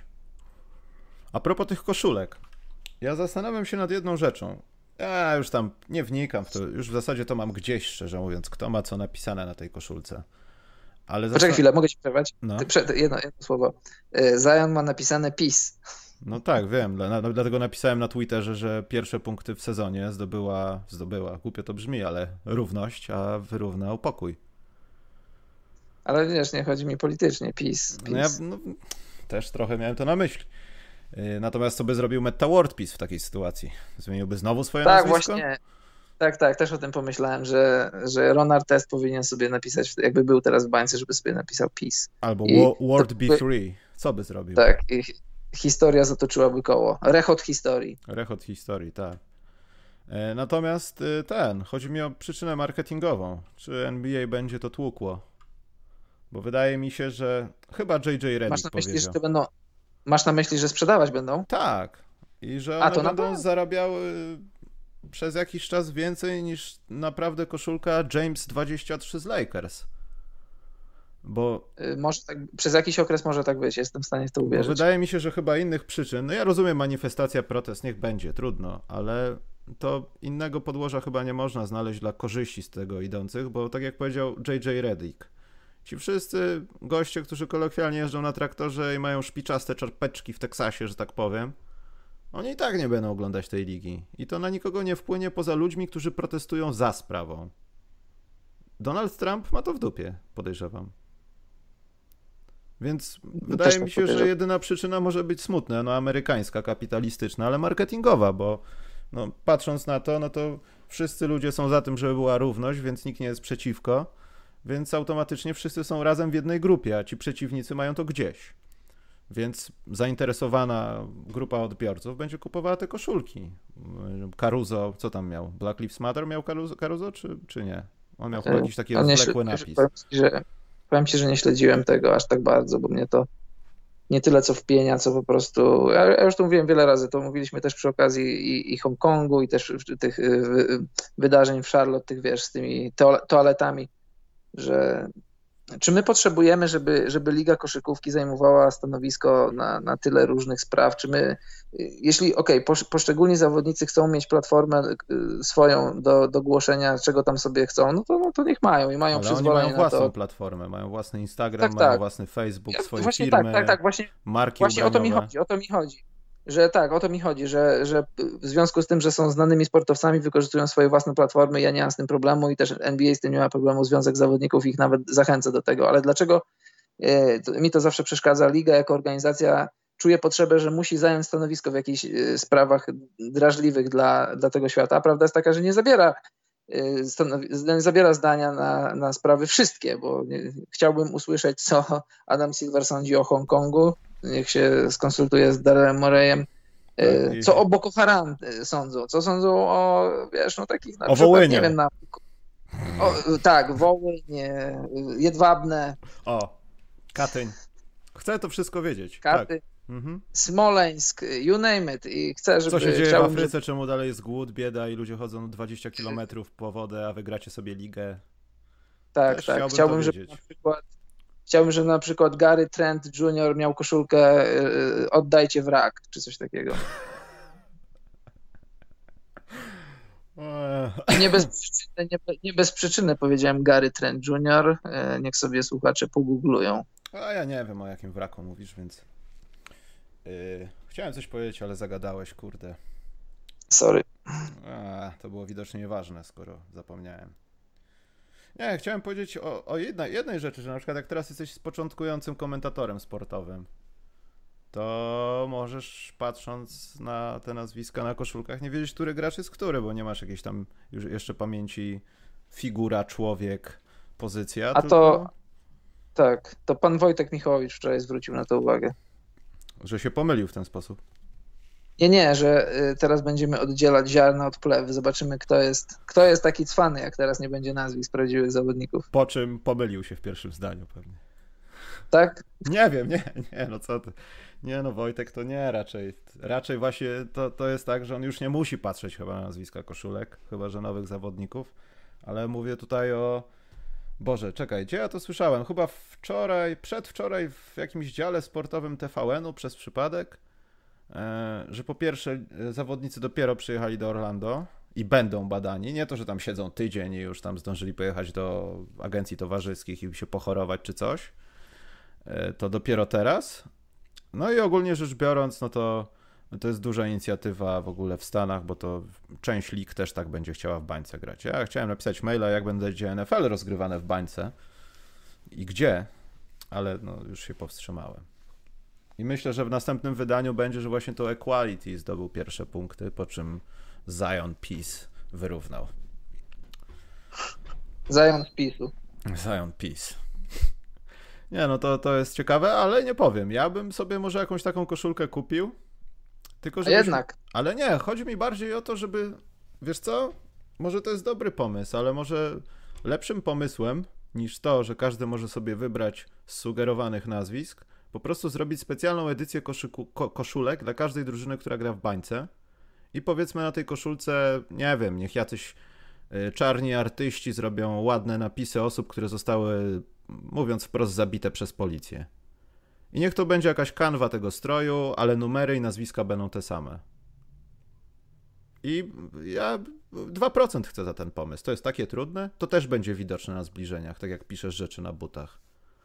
A propos tych koszulek. Ja zastanawiam się nad jedną rzeczą. Ja już tam nie wnikam w to, już w zasadzie to mam gdzieś, szczerze mówiąc, kto ma co napisane na tej koszulce. Ale Poczekaj zastan- chwilę, mogę ci przerwać? No. Jedno, jedno słowo. Zion ma napisane peace. No tak, wiem, dla, dlatego napisałem na Twitterze, że pierwsze punkty w sezonie zdobyła, zdobyła, głupio to brzmi, ale równość, a wyrównał pokój. Ale wiesz, nie chodzi mi politycznie, peace. peace. No ja no, też trochę miałem to na myśli. Natomiast co by zrobił Metta World Peace w takiej sytuacji? Zmieniłby znowu swoje tak, nazwisko? Tak, właśnie. Tak, tak, też o tym pomyślałem, że, że Ron Artest powinien sobie napisać, jakby był teraz w bańce, żeby sobie napisał peace. Albo I World to, B trzy. Co by zrobił? Tak, i historia zatoczyłaby koło. Rechot historii. Rechot historii, tak. Natomiast ten, chodzi mi o przyczynę marketingową. Czy N B A będzie to tłukło? Bo wydaje mi się, że chyba J J Redick Masz na myśli, powiedział. że to będą, masz na myśli, że sprzedawać będą? Tak. I że one A, to będą na... zarabiały przez jakiś czas więcej niż naprawdę koszulka James dwadzieścia trzy z Lakers. Bo może tak, przez jakiś okres może tak być, jestem w stanie w to uwierzyć. Bo wydaje mi się, że chyba innych przyczyn, no ja rozumiem manifestacja, protest, niech będzie, trudno, ale to innego podłoża chyba nie można znaleźć dla korzyści z tego idących, bo tak jak powiedział J J Redick, ci wszyscy goście, którzy kolokwialnie jeżdżą na traktorze i mają szpiczaste czarpeczki w Teksasie, że tak powiem, oni i tak nie będą oglądać tej ligi i to na nikogo nie wpłynie poza ludźmi, którzy protestują za sprawą. Donald Trump ma to w dupie, podejrzewam. Więc wydaje Też mi się, że jedyna przyczyna może być smutna, no amerykańska, kapitalistyczna, ale marketingowa, bo no, patrząc na to, no to wszyscy ludzie są za tym, żeby była równość, więc nikt nie jest przeciwko, więc automatycznie wszyscy są razem w jednej grupie, a ci przeciwnicy mają to gdzieś. Więc zainteresowana grupa odbiorców będzie kupowała te koszulki. Caruso, co tam miał? Black Lives Matter miał Caruso, Caruso czy, czy nie? On miał chyba jakiś taki rozwlekły napis. Powiem ci, że, powiem ci, że nie śledziłem tego aż tak bardzo, bo mnie to nie tyle co wpienia, co po prostu... Ja, ja już to mówiłem wiele razy, to mówiliśmy też przy okazji i, i Hongkongu, i też tych wydarzeń w Charlotte, tych wiesz, z tymi toaletami, że czy my potrzebujemy, żeby, żeby Liga Koszykówki zajmowała stanowisko na, na tyle różnych spraw? Czy my, jeśli okej, okay, poszczególni zawodnicy chcą mieć platformę swoją do, do głoszenia, czego tam sobie chcą, no to, no to niech mają i mają Ale przyzwolenie oni mają własną na to. platformę, mają własny Instagram, tak, mają tak. własny Facebook, swoje właśnie firmy, tak, tak, tak, właśnie, marki właśnie o to mi chodzi, o to mi chodzi. Że tak, o to mi chodzi, że, że w związku z tym, że są znanymi sportowcami, wykorzystują swoje własne platformy, ja nie mam z tym problemu i też N B A z tym nie ma problemu, Związek Zawodników ich nawet zachęca do tego, ale dlaczego e, to, mi to zawsze przeszkadza, Liga jako organizacja czuje potrzebę, że musi zająć stanowisko w jakichś e, sprawach drażliwych dla, dla tego świata, prawda jest taka, że nie zabiera, e, stanowi, nie zabiera zdania na, na sprawy wszystkie, bo nie, chciałbym usłyszeć, co Adam Silver sądzi o Hongkongu, niech się skonsultuje z Darrellem Moreyem, co o Boko Haram sądzą, co sądzą o, wiesz, no takich na o przykład, Wołyniu. nie wiem, na, O, tak, Wołyń, Jedwabne. O, Katyń. Chcę to wszystko wiedzieć. Katyń, tak. Mhm. Smoleńsk, you name it. I chcę, żeby... Co się dzieje chciałbym, w Afryce, żeby... czemu dalej jest głód, bieda i ludzie chodzą dwadzieścia kilometrów po wodę, a wy gracie sobie ligę? Tak, Też tak. chciałbym, Chciałbym, to żeby wiedzieć. na przykład chciałbym, żeby na przykład Gary Trent junior miał koszulkę yy, oddajcie wrak, czy coś takiego. I nie bez przyczyny, nie, nie bez przyczyny powiedziałem Gary Trent junior Yy, niech sobie słuchacze pogooglują. A ja nie wiem, o jakim wraku mówisz, więc yy, chciałem coś powiedzieć, ale zagadałeś, kurde. Sorry. A, to było widocznie nieważne, skoro zapomniałem. Nie, chciałem powiedzieć o, o jednej, jednej rzeczy, że na przykład jak teraz jesteś początkującym komentatorem sportowym, to możesz, patrząc na te nazwiska na koszulkach, nie wiedzieć, który gracz jest który, bo nie masz jakiejś tam już jeszcze pamięci figura, człowiek, pozycja. A tylko... to tak, to pan Wojtek Michałowicz wczoraj zwrócił na to uwagę. Że się pomylił w ten sposób. Nie, nie, że y, teraz będziemy oddzielać ziarna od plewy. Zobaczymy, kto jest, kto jest taki cwany, jak teraz nie będzie nazwisk prawdziwych zawodników. Po czym pomylił się w pierwszym zdaniu pewnie. Tak? Nie wiem, nie, nie, no co ty. Nie no, Wojtek to nie, raczej, raczej właśnie to, to jest tak, że on już nie musi patrzeć chyba na nazwiska koszulek, chyba że nowych zawodników, ale mówię tutaj o, Boże, czekaj, gdzie ja to słyszałem? Chyba wczoraj, przedwczoraj w jakimś dziale sportowym T V N-u przez przypadek, e, że po pierwsze zawodnicy dopiero przyjechali do Orlando i będą badani, nie to, że tam siedzą tydzień i już tam zdążyli pojechać do agencji towarzyskich i się pochorować czy coś, e, to dopiero teraz. No i ogólnie rzecz biorąc, no to, to jest duża inicjatywa w ogóle w Stanach, bo to część lig też tak będzie chciała w bańce grać. Ja chciałem napisać maila, jak będzie N F L rozgrywane w bańce i gdzie, ale no już się powstrzymałem. I myślę, że w następnym wydaniu będzie, że właśnie to Equality zdobył pierwsze punkty, po czym Zion Peace wyrównał. Zion z PiSu. Zion Peace. Nie, no to, to jest ciekawe, ale nie powiem. Ja bym sobie może jakąś taką koszulkę kupił. Tylko A żebyś... jednak. Ale nie, chodzi mi bardziej o to, żeby... Wiesz co? Może to jest dobry pomysł, ale może lepszym pomysłem niż to, że każdy może sobie wybrać z sugerowanych nazwisk, po prostu zrobić specjalną edycję koszyku, ko, koszulek dla każdej drużyny, która gra w bańce i powiedzmy na tej koszulce, nie wiem, niech jacyś y, czarni artyści zrobią ładne napisy osób, które zostały, mówiąc wprost, zabite przez policję. I niech to będzie jakaś kanwa tego stroju, ale numery i nazwiska będą te same. I ja dwa procent chcę za ten pomysł. To jest takie trudne. To też będzie widoczne na zbliżeniach, tak jak piszesz rzeczy na butach.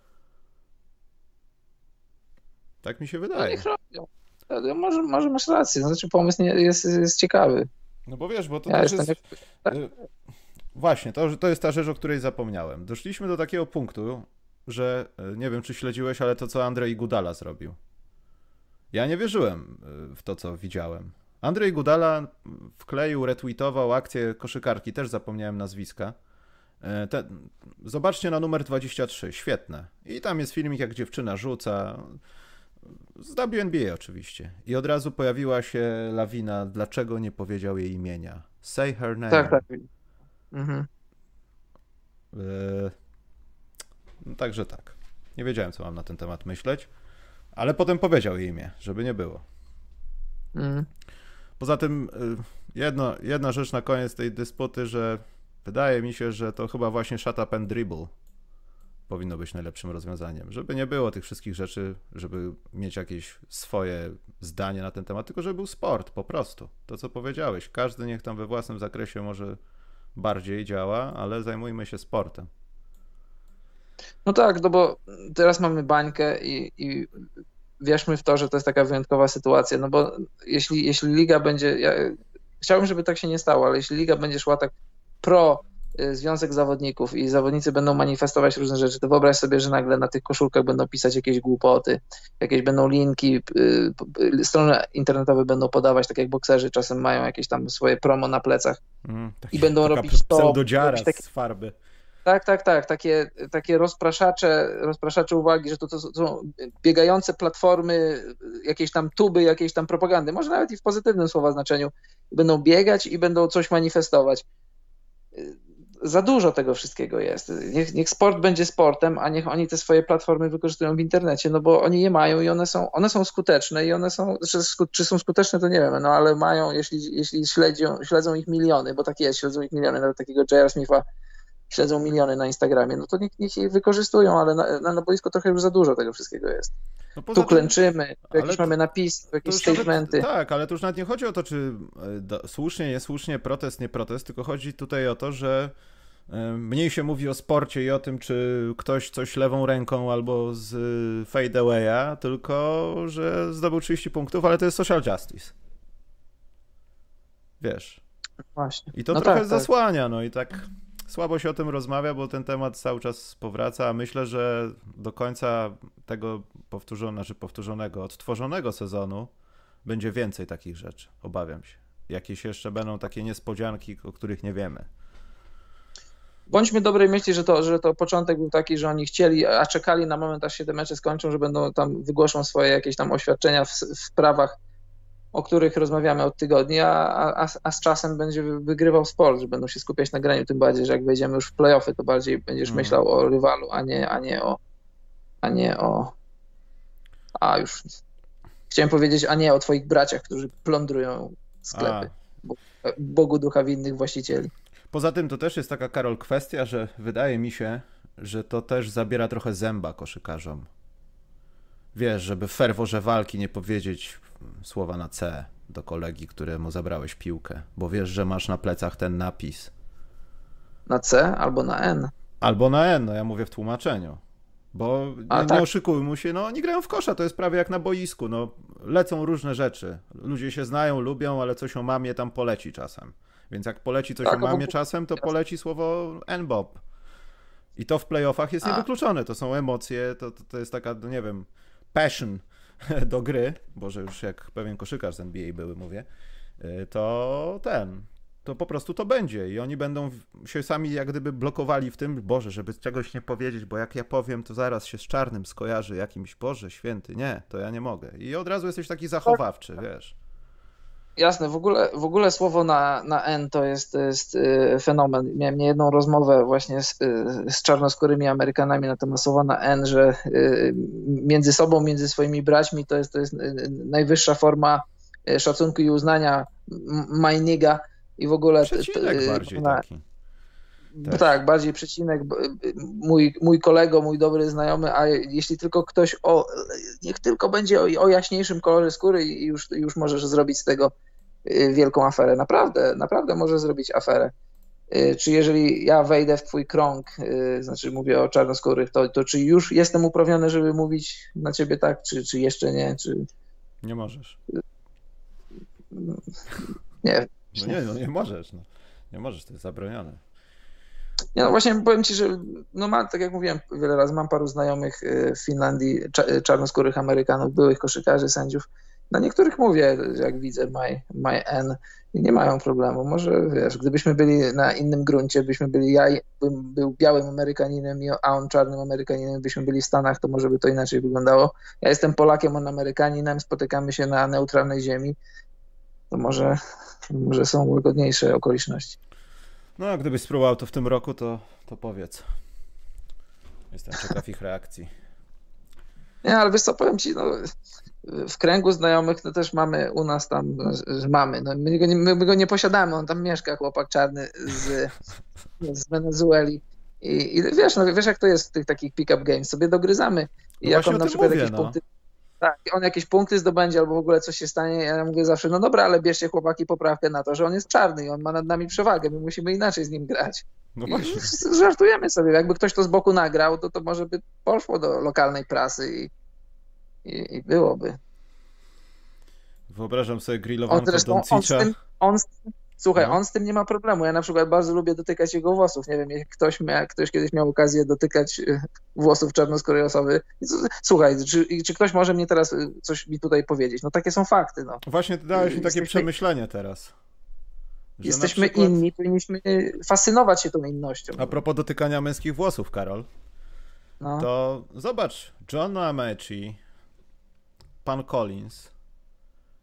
Tak mi się No wydaje. niech robią. Może, może masz rację. Znaczy pomysł nie, jest, jest ciekawy. No bo wiesz, bo to Ja też jestem jest... jak... tak. Właśnie, to, to jest ta rzecz, o której zapomniałem. Doszliśmy do takiego punktu, że nie wiem, czy śledziłeś, ale to, co Andrzej Gudala zrobił. Ja nie wierzyłem w to, co widziałem. Andrzej Gudala wkleił, retweetował akcję koszykarki, też zapomniałem nazwiska. Te, zobaczcie na numer dwadzieścia trzy, świetne. I tam jest filmik, jak dziewczyna rzuca, z W N B A oczywiście. I od razu pojawiła się lawina, dlaczego nie powiedział jej imienia. Say her name. Tak, tak. Mhm. Yy, no, także tak. Nie wiedziałem, co mam na ten temat myśleć, ale potem powiedział jej imię, żeby nie było. Mhm. Poza tym jedno, jedna rzecz na koniec tej dysputy, że wydaje mi się, że to chyba właśnie shut up and dribble powinno być najlepszym rozwiązaniem. Żeby nie było tych wszystkich rzeczy, żeby mieć jakieś swoje zdanie na ten temat, tylko żeby był sport po prostu. To, co powiedziałeś. Każdy niech tam we własnym zakresie może bardziej działa, ale zajmujmy się sportem. No tak, no bo teraz mamy bańkę i, i wierzmy w to, że to jest taka wyjątkowa sytuacja, no bo jeśli, jeśli liga będzie, ja chciałbym, żeby tak się nie stało, ale jeśli liga będzie szła tak pro związek zawodników i zawodnicy będą manifestować różne rzeczy, to wyobraź sobie, że nagle na tych koszulkach będą pisać jakieś głupoty, jakieś będą linki, strony internetowe będą podawać, tak jak bokserzy czasem mają jakieś tam swoje promo na plecach mm, taki, i będą robić to. Pseudodziara takie, z farby. Tak, tak, tak. Takie, takie rozpraszacze, rozpraszacze uwagi, że to, to są biegające platformy, jakieś tam tuby, jakieś tam propagandy, może nawet i w pozytywnym słowa znaczeniu, będą biegać i będą coś manifestować. za dużo tego wszystkiego jest. Niech, niech sport będzie sportem, a niech oni te swoje platformy wykorzystują w internecie, no bo oni je mają i one są, one są skuteczne i one są, czy są skuteczne to nie wiem, no ale mają, jeśli, jeśli śledzą, śledzą ich miliony, bo tak jest, śledzą ich miliony, nawet takiego J R. Smitha śledzą miliony na Instagramie, no to niech, niech ich wykorzystują, ale na, na, na boisku trochę już za dużo tego wszystkiego jest. No tu klęczymy, tu jakieś to, mamy napisy, jakieś statementy. Nawet, tak, ale to już nawet nie chodzi o to, czy do, słusznie, niesłusznie, protest, nie protest, tylko chodzi tutaj o to, że mniej się mówi o sporcie i o tym, czy ktoś coś lewą ręką albo z fadeawaya, tylko że zdobył trzydzieści punktów, ale to jest social justice. Wiesz. Właśnie. I to no trochę tak, zasłania, no i tak słabo się o tym rozmawia, bo ten temat cały czas powraca, a myślę, że do końca tego powtórzonego, znaczy powtórzonego, odtworzonego sezonu będzie więcej takich rzeczy, obawiam się. Jakieś jeszcze będą takie niespodzianki, o których nie wiemy. Bądźmy dobrej myśli, że to, że to początek był taki, że oni chcieli, a czekali na moment, aż się te mecze skończą, że będą tam, wygłoszą swoje jakieś tam oświadczenia w, w sprawach, o których rozmawiamy od tygodni, a, a, a z czasem będzie wygrywał sport, że będą się skupiać na graniu, tym bardziej, że jak wejdziemy już w play-offy, to bardziej będziesz mm. myślał o rywalu, a nie, a nie o, a nie o, a już chciałem powiedzieć, a nie o twoich braciach, którzy plądrują sklepy, Bo, Bogu ducha winnych właścicieli. Poza tym to też jest taka, Karol, kwestia, że wydaje mi się, że to też zabiera trochę zęba koszykarzom. Wiesz, żeby w ferworze walki nie powiedzieć słowa na C do kolegi, któremu zabrałeś piłkę, bo wiesz, że masz na plecach ten napis. Na C albo na N? Albo na N, no ja mówię w tłumaczeniu. Bo A, nie, tak. nie oszukujmy się, no oni grają w kosza, to jest prawie jak na boisku, no lecą różne rzeczy. Ludzie się znają, lubią, ale coś o mamie tam poleci czasem. Więc jak poleci coś tak, o mamie bo... czasem, to poleci słowo N-Bob. I to w playoffach jest A. niewykluczone. To są emocje, to, to, to jest taka, no nie wiem, passion do gry, bo że już jak pewien koszykarz z N B A były, mówię, to ten, to po prostu to będzie i oni będą się sami jak gdyby blokowali w tym, Boże, żeby czegoś nie powiedzieć, bo jak ja powiem, to zaraz się z czarnym skojarzy jakimś, Boże święty, nie, to ja nie mogę. I od razu jesteś taki zachowawczy, wiesz. Jasne, w ogóle, w ogóle słowo na, na N to jest, to jest fenomen. Miałem niejedną rozmowę właśnie z, z czarnoskórymi Amerykanami na temat słowa na N, że między sobą, między swoimi braćmi to jest, to jest najwyższa forma szacunku i uznania, my nigga i w ogóle... Przecinek bardziej na, taki. Tak, bardziej przecinek, mój, mój kolego, mój dobry znajomy, a jeśli tylko ktoś, o, niech tylko będzie o, o jaśniejszym kolorze skóry i już, już możesz zrobić z tego wielką aferę. Naprawdę, naprawdę możesz zrobić aferę. Czy jeżeli ja wejdę w twój krąg, znaczy mówię o czarnoskórych, to, to czy już jestem uprawniony, żeby mówić na ciebie tak, czy, czy jeszcze nie? Czy... Nie możesz. Nie. No nie, no nie możesz. No. Nie możesz, to jest zabronione. Nie, no właśnie powiem ci, że no mam, tak jak mówiłem wiele razy, mam paru znajomych w Finlandii, czarnoskórych Amerykanów, byłych koszykarzy, sędziów. Na niektórych mówię, jak widzę my, my N i nie mają problemu. Może wiesz, gdybyśmy byli na innym gruncie, byśmy byli, ja bym był białym Amerykaninem, a on czarnym Amerykaninem, byśmy byli w Stanach, to może by to inaczej wyglądało. Ja jestem Polakiem, on Amerykaninem, spotykamy się na neutralnej ziemi, to może, może są łagodniejsze okoliczności. No, a gdybyś spróbował to w tym roku, to, to powiedz. Jestem ciekaw ich reakcji. Nie, ale wiesz co, powiem ci, no, w kręgu znajomych no też mamy u nas tam, mamy, no, my, go nie, my go nie posiadamy, on tam mieszka, chłopak czarny z, z Wenezueli. I, i wiesz, no, wiesz jak to jest w tych takich pick-up games, sobie dogryzamy. I no jak on na przykład mówię, jakieś no. punkty... Tak, on jakieś punkty zdobędzie albo w ogóle coś się stanie, ja mówię zawsze, no dobra, ale bierzcie chłopaki poprawkę na to, że on jest czarny i on ma nad nami przewagę, my musimy inaczej z nim grać. No właśnie. Żartujemy sobie, jakby ktoś to z boku nagrał, to to może by poszło do lokalnej prasy i, i, i byłoby. Wyobrażam sobie grillowanko Doncicza. On z tym, on z tym, słuchaj, no. on z tym nie ma problemu. Ja na przykład bardzo lubię dotykać jego włosów. Nie wiem, jak ktoś, mia, ktoś kiedyś miał okazję dotykać włosów czarnoskórej osoby. Słuchaj, czy, czy ktoś może mnie teraz coś mi tutaj powiedzieć? No takie są fakty. No. Właśnie ty dałeś mi takie jesteśmy, przemyślenie teraz. Jesteśmy przykład... inni, powinniśmy fascynować się tą innością. A propos dotykania męskich włosów, Karol, no. to zobacz, John Amaechi, pan Collins,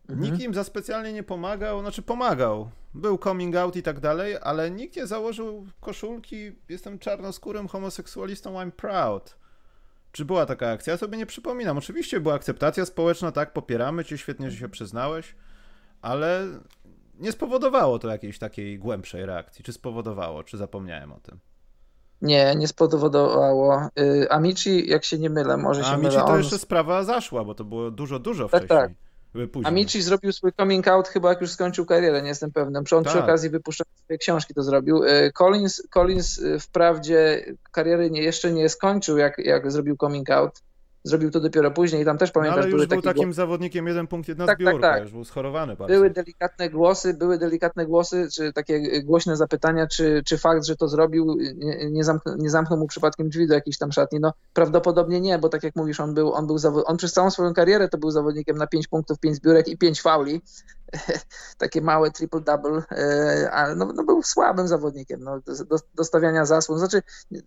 Mhm. Nikt im za specjalnie nie pomagał, znaczy pomagał. Był coming out i tak dalej, ale nikt nie założył koszulki jestem czarnoskórym homoseksualistą, I'm proud. Czy była taka akcja? Ja sobie nie przypominam. Oczywiście była akceptacja społeczna, tak, popieramy cię, świetnie, że się przyznałeś, ale nie spowodowało to jakiejś takiej głębszej reakcji. Czy spowodowało, czy zapomniałem o tym? Nie, nie spowodowało. Amici, jak się nie mylę, może się Amici mylę. to on... jeszcze sprawa zaszła, bo to było dużo, dużo tak, wcześniej. Tak. Amici zrobił swój coming out chyba jak już skończył karierę, nie jestem pewny. On tak. przy okazji wypuszczając swoje książki to zrobił. Collins, Collins wprawdzie kariery nie, jeszcze nie skończył, jak, jak zrobił coming out. Zrobił to dopiero później i tam też pamiętasz, no, ale już były był takie... takim zawodnikiem jeden punkt jedna tak, zbiórka, tak, tak. już był schorowany bardzo. Były delikatne głosy, były delikatne głosy, czy takie głośne zapytania, czy, czy fakt, że to zrobił, nie, nie, zamknął, nie zamknął mu przypadkiem drzwi do jakiejś tam szatni. No prawdopodobnie nie, bo tak jak mówisz, on był, on był zawo- on przez całą swoją karierę to był zawodnikiem na pięć punktów, pięć zbiórek i pięć fauli. Takie małe triple-double, ale no, no był słabym zawodnikiem, no, do, dostawiania zasłon. Znaczy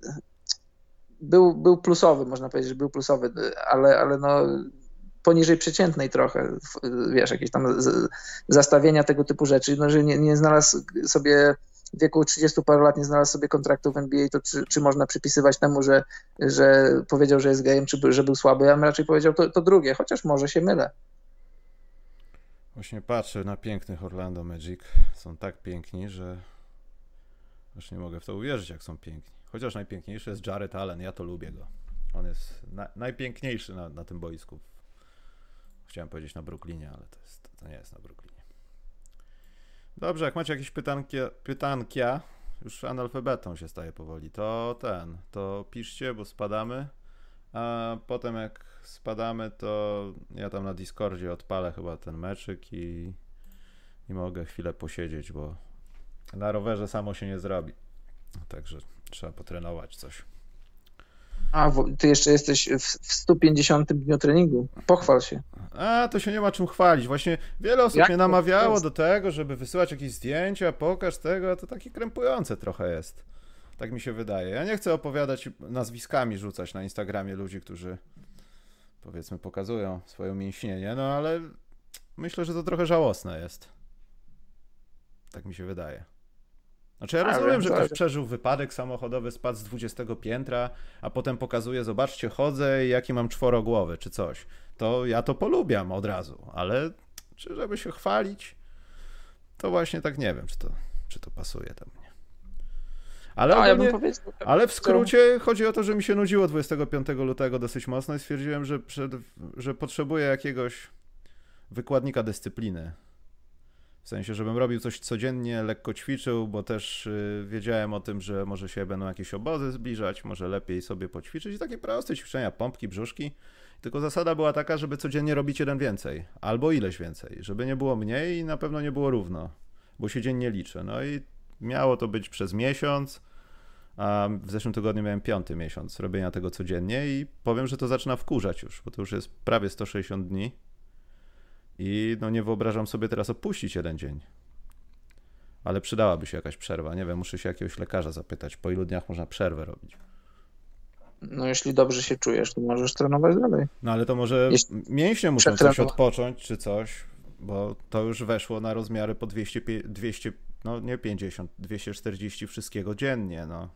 był, był plusowy, można powiedzieć, że był plusowy, ale, ale no poniżej przeciętnej trochę, wiesz, jakieś tam zastawienia tego typu rzeczy, no, że nie, nie znalazł sobie w wieku trzydziestu paru lat, nie znalazł sobie kontraktu w N B A, to czy, czy można przypisywać temu, że, że powiedział, że jest gejem, czy że był słaby, ja bym raczej powiedział to, to drugie, chociaż może się mylę. Właśnie patrzę na pięknych Orlando Magic, są tak piękni, że już nie mogę w to uwierzyć, jak są piękni. Chociaż najpiękniejszy jest Jarrett Allen, ja to lubię go. On jest na, najpiękniejszy na, na tym boisku. Chciałem powiedzieć na Brooklynie, ale to, jest, to nie jest na Brooklynie. Dobrze, jak macie jakieś pytankie, pytankia, już analfabetą się staje powoli, to ten, to piszcie, bo spadamy, a potem jak spadamy, to ja tam na Discordzie odpalę chyba ten meczyk i, i mogę chwilę posiedzieć, bo na rowerze samo się nie zrobi. Także trzeba potrenować coś. A, ty jeszcze jesteś w sto pięćdziesiątym dniu treningu. Pochwal się. A, to się nie ma czym chwalić. Właśnie wiele osób Jak mnie namawiało do tego, żeby wysyłać jakieś zdjęcia, pokaż tego, a to takie krępujące trochę jest. Tak mi się wydaje. Ja nie chcę opowiadać, nazwiskami rzucać na Instagramie ludzi, którzy powiedzmy pokazują swoje umięśnienie, no ale myślę, że to trochę żałosne jest. Tak mi się wydaje. Znaczy ja rozumiem, wiem, że ktoś przeżył wypadek samochodowy, spadł z dwudziestego piętra, a potem pokazuje, zobaczcie, chodzę i jaki mam czworogłowy, czy coś. To ja to polubiam od razu, ale czy żeby się chwalić, to właśnie tak nie wiem, czy to, czy to pasuje do mnie. Ale, no, ogólnie, ja bym powiedział, ale w skrócie chodzi o to, że mi się nudziło dwudziestego piątego lutego dosyć mocno i stwierdziłem, że, przed, że potrzebuję jakiegoś wykładnika dyscypliny. W sensie, żebym robił coś codziennie, lekko ćwiczył, bo też y, wiedziałem o tym, że może się będą jakieś obozy zbliżać, może lepiej sobie poćwiczyć. I takie proste ćwiczenia, pompki, brzuszki. Tylko zasada była taka, żeby codziennie robić jeden więcej, albo ileś więcej, żeby nie było mniej i na pewno nie było równo, bo się dziennie liczy. No i miało to być przez miesiąc, a w zeszłym tygodniu miałem piąty miesiąc robienia tego codziennie i powiem, że to zaczyna wkurzać już, bo to już jest prawie sto sześćdziesiąt dni. I no nie wyobrażam sobie teraz opuścić jeden dzień. Ale przydałaby się jakaś przerwa. Nie wiem, muszę się jakiegoś lekarza zapytać, po ilu dniach można przerwę robić. No jeśli dobrze się czujesz, to możesz trenować dalej. No ale to może jeśli mięśnie muszą coś odpocząć, czy coś, bo to już weszło na rozmiary po dwieście, dwieście, no nie pięćdziesiąt, dwieście czterdzieści wszystkiego dziennie, no.